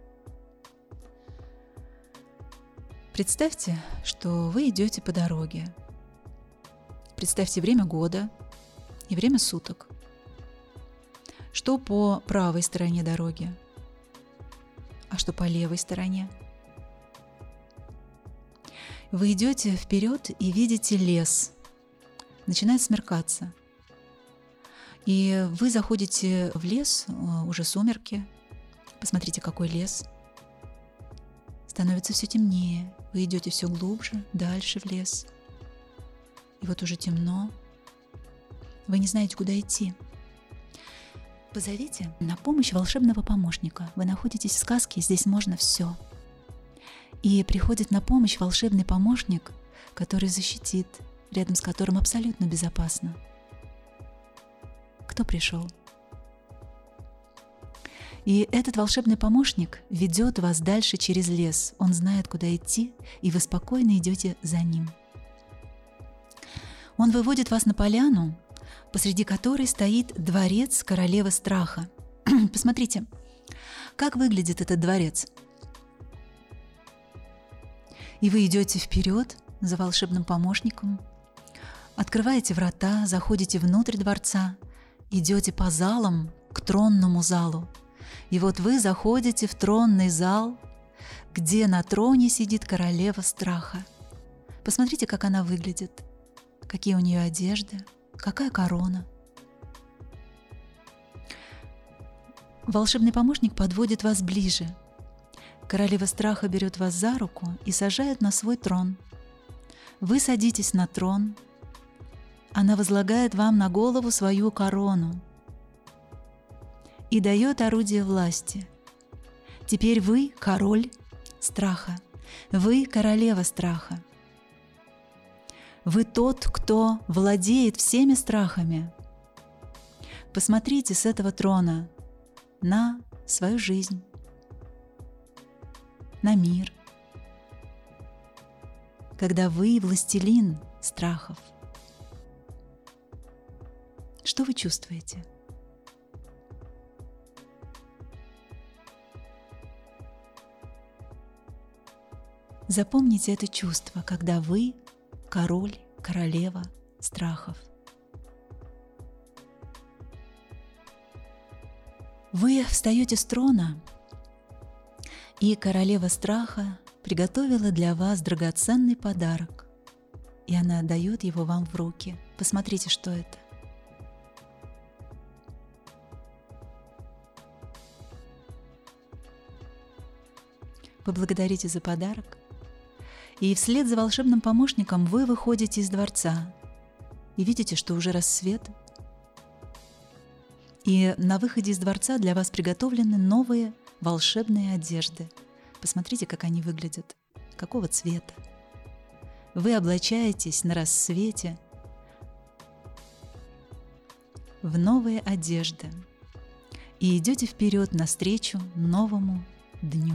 Представьте, что вы идете по дороге. Представьте время года и время суток. Что по правой стороне дороги, а что по левой стороне. Вы идете вперед и видите лес. Начинает смеркаться. И вы заходите в лес, уже сумерки. Посмотрите, какой лес. Становится все темнее. Вы идете все глубже, дальше в лес. И вот уже темно. Вы не знаете, куда идти. Позовите на помощь волшебного помощника. Вы находитесь в сказке, здесь можно все. И приходит на помощь волшебный помощник, который защитит, рядом с которым абсолютно безопасно. Кто пришел? И этот волшебный помощник ведет вас дальше через лес. Он знает, куда идти, и вы спокойно идете за ним. Он выводит вас на поляну, посреди которой стоит дворец королевы страха. Посмотрите, как выглядит этот дворец. И вы идете вперед за волшебным помощником, открываете врата, заходите внутрь дворца, идете по залам к тронному залу. И вот вы заходите в тронный зал, где на троне сидит королева страха. Посмотрите, как она выглядит, какие у нее одежды, какая корона. волшебный помощник подводит вас ближе. Королева страха берет вас за руку и сажает на свой трон. Вы садитесь на трон. Она возлагает вам на голову свою корону и дает орудие власти. Теперь вы король страха. Вы королева страха. Вы тот, кто владеет всеми страхами. Посмотрите с этого трона на свою жизнь, на мир, когда вы властелин страхов. Что вы чувствуете? Запомните это чувство, когда вы король, королева страхов. Вы встаете с трона, и королева страха приготовила для вас драгоценный подарок, и она отдает его вам в руки. Посмотрите, что это. Поблагодарите за подарок, и вслед за волшебным помощником вы выходите из дворца и видите, что уже рассвет. И на выходе из дворца для вас приготовлены новые волшебные одежды. Посмотрите, как они выглядят, какого цвета. Вы облачаетесь на рассвете в новые одежды и идете вперед навстречу новому дню.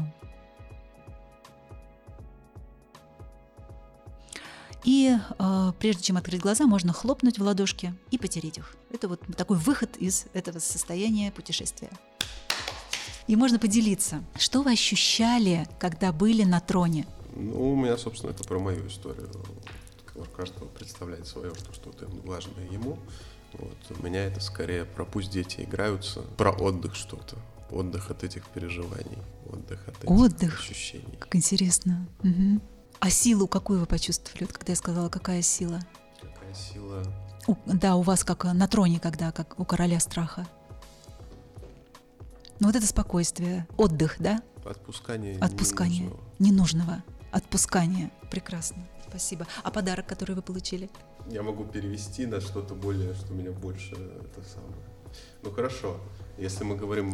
И прежде чем открыть глаза, можно хлопнуть в ладошки и потереть их. Это вот такой выход из этого состояния путешествия. И можно поделиться, что вы ощущали, когда были на троне? Ну, у меня, собственно, это про мою историю. Каждого представляет свое, что-то важно ему. Вот. У меня это скорее про пусть дети играются, про отдых что-то. Отдых от этих переживаний, отдых от этих ощущений. Как интересно. Угу. А силу какую вы почувствовали, когда я сказала, какая сила? Какая сила? Да, у вас как на троне, когда, как у короля страха. Ну вот это спокойствие, отдых, да? Отпускание ненужного. Отпускание. Прекрасно. Спасибо. А подарок, который вы получили? Я могу перевести на что-то более, что меня больше это самое. Ну хорошо, если мы говорим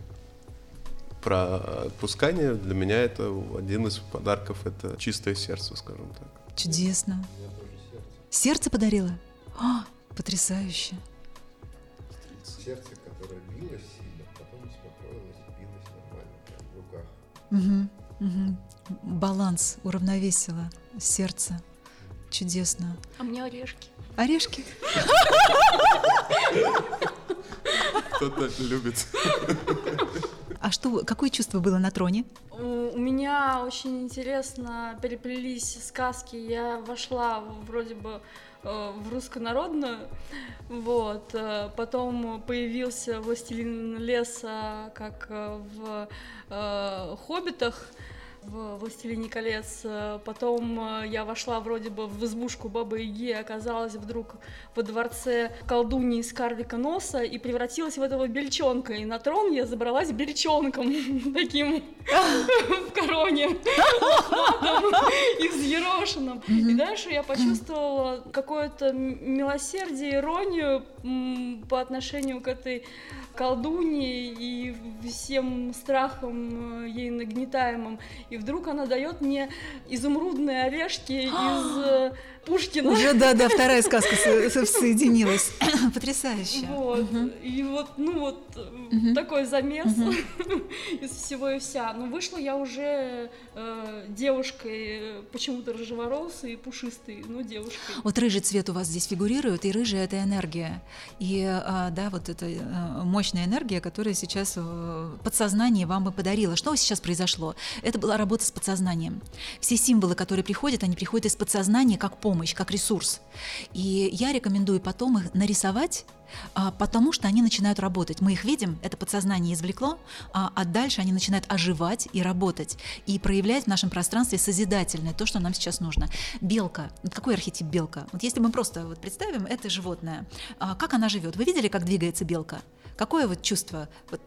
про отпускание, для меня это один из подарков, это чистое сердце, скажем так. Чудесно. У меня тоже сердце. Сердце подарило? Потрясающе. Сердце, которое билось сильно, потом успокоилось, билось нормально, прям в руках. Баланс уравновесило сердце. Чудесно. А мне орешки. Орешки? Кто-то любит. А какое чувство было на троне? У меня очень интересно переплелись сказки. Я вошла вроде бы в руссконародную, вот. Потом появился «Властелин леса», как в «Хоббитах», в «Властелине колец». Потом я вошла вроде бы в избушку Бабы-Яги, оказалась вдруг во дворце колдуньи из карлика носа и превратилась в этого бельчонка. И на трон я забралась бельчонком таким в короне, и взъерошенным. И дальше я почувствовала какое-то милосердие, иронию по отношению к этой колдуньи и всем страхам ей нагнетаемым. И вдруг она дает мне изумрудные орешки из Пушкина. Уже, да, вторая сказка соединилась. Потрясающе. Вот. И вот, такой замес из всего и вся. Но вышла я уже девушкой, почему-то рыжеволосой и пушистой, но девушкой. Вот рыжий цвет у вас здесь фигурирует, и рыжая — это энергия. И, да, вот эта мощная энергия, которая сейчас подсознание вам и подарило. Что сейчас произошло? Это была работа с подсознанием. Все символы, которые приходят, они приходят из подсознания как помощь, как ресурс. И я рекомендую потом их нарисовать, потому что они начинают работать. Мы их видим, это подсознание извлекло, а дальше они начинают оживать и работать, и проявлять в нашем пространстве созидательное, то, что нам сейчас нужно. Белка. Какой архетип белка? Вот если мы просто представим, это животное. Как она живет? Вы видели, как двигается белка? Какое вот чувство? Вот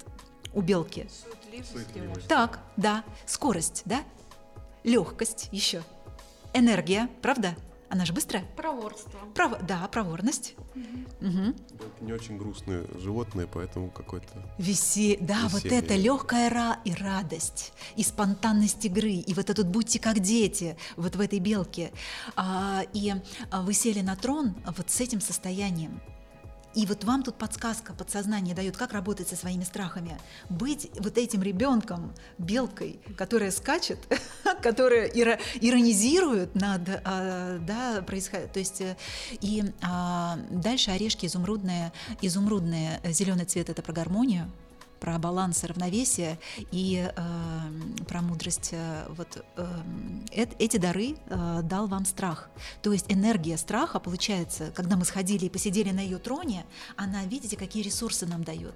у белки? Суетливость. Так, да. Скорость, да? Легкость еще. Энергия, правда? Она же быстрая. Проворство. Да, проворность. Угу. Белки не очень грустные животные, поэтому какой-то... Да, вот это легкая и радость, и спонтанность игры, и вот это будьте как дети, вот в этой белке. И вы сели на трон вот с этим состоянием. И вот вам тут подсказка, подсознание дает, как работать со своими страхами. Быть вот этим ребенком, белкой, которая скачет, которая иронизирует над происходящим. То есть и дальше орешки изумрудные, зеленый цвет — это про гармонию, про баланс и равновесие, и про мудрость. Эти дары дал вам страх. То есть энергия страха, получается, когда мы сходили и посидели на ее троне, она, видите, какие ресурсы нам дает.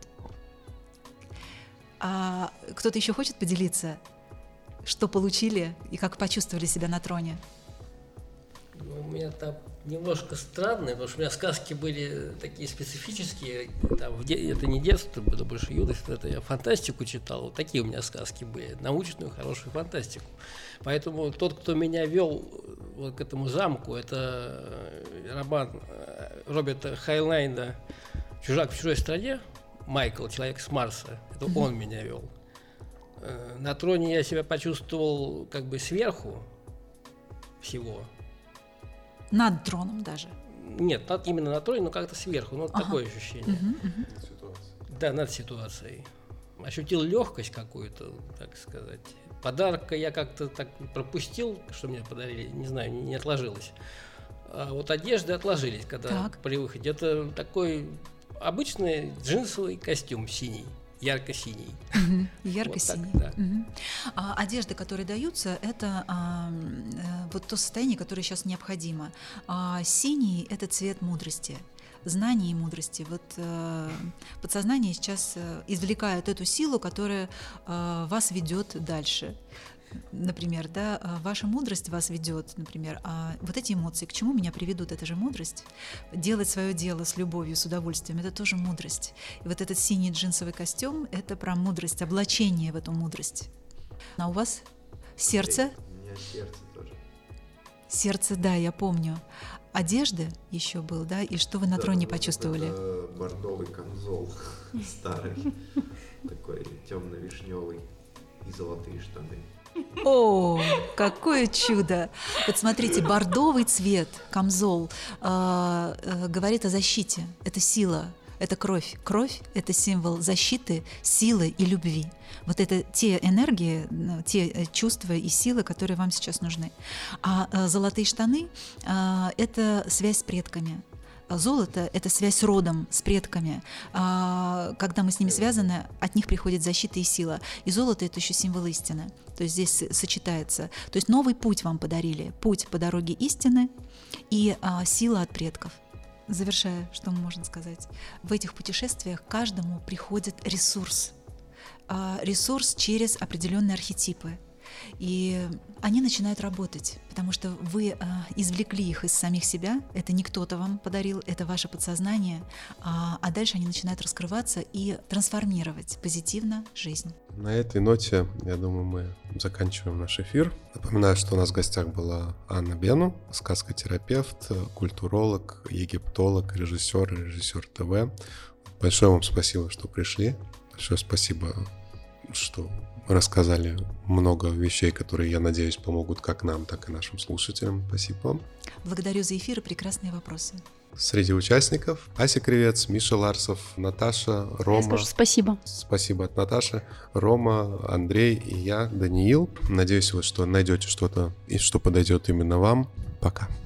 А кто-то еще хочет поделиться, что получили и как почувствовали себя на троне? Ну, у меня там немножко странные, потому что у меня сказки были такие специфические. Там, это не детство, это больше юность, это я фантастику читал. Вот такие у меня сказки были, научную, хорошую фантастику. Поэтому тот, кто меня вел вот к этому замку, это роман Роберта Хайнлайна «Чужак в чужой стране», Майкл, человек с Марса. Это он меня вел. На троне я себя почувствовал как бы сверху всего. Над троном даже? Нет, именно на троне, но как-то сверху. Ну, такое ощущение. Да, над ситуацией. Ощутил легкость какую-то, так сказать. Подарка я как-то так пропустил, что мне подарили, не знаю, не отложилось. А вот одежды отложились, когда при выходе. Это такой обычный джинсовый костюм синий. Ярко-синий. Ярко-синий. Вот так, да. Одежды, которые даются, это вот то состояние, которое сейчас необходимо. Синий — это цвет мудрости, знаний и мудрости. Вот подсознание сейчас извлекает эту силу, которая вас ведет дальше. Например, ваша мудрость вас ведет, например, вот эти эмоции, к чему меня приведут, это же мудрость. Делать свое дело с любовью, с удовольствием, это тоже мудрость. И вот этот синий джинсовый костюм — это про мудрость, облачение в эту мудрость. А у вас сердце? У меня сердце тоже. Сердце, да, я помню. Одежды еще был, да? И что вы на троне почувствовали? Это бордовый камзол старый, такой темно-вишневый, и золотые штаны. О, какое чудо! Вот смотрите, бордовый цвет, камзол, говорит о защите. Это сила, это кровь. Кровь — это символ защиты, силы и любви. Вот это те энергии, те чувства и силы, которые вам сейчас нужны. А золотые штаны — это связь с предками. Золото — это связь с родом, с предками. Когда мы с ними связаны, от них приходит защита и сила. И золото — это еще символ истины. То есть здесь сочетается. То есть новый путь вам подарили. Путь по дороге истины и сила от предков. Завершая, что можно сказать? В этих путешествиях каждому приходит ресурс. Ресурс через определенные архетипы. И они начинают работать, потому что вы извлекли их из самих себя, это не кто-то вам подарил, это ваше подсознание, а дальше они начинают раскрываться и трансформировать позитивно жизнь. На этой ноте, я думаю, мы заканчиваем наш эфир. Напоминаю, что у нас в гостях была Анна Бену, сказкотерапевт, культуролог, египтолог, режиссер ТВ. Большое вам спасибо, что пришли. Большое спасибо, что рассказали много вещей, которые, я надеюсь, помогут как нам, так и нашим слушателям. Спасибо вам. Благодарю за эфир и прекрасные вопросы. Среди участников Ася Кривец, Миша Ларсов, Наташа, Рома. Я скажу спасибо. Спасибо от Наташи, Рома, Андрей и я, Даниил. Надеюсь, вы что найдете что-то, и что подойдет именно вам. Пока.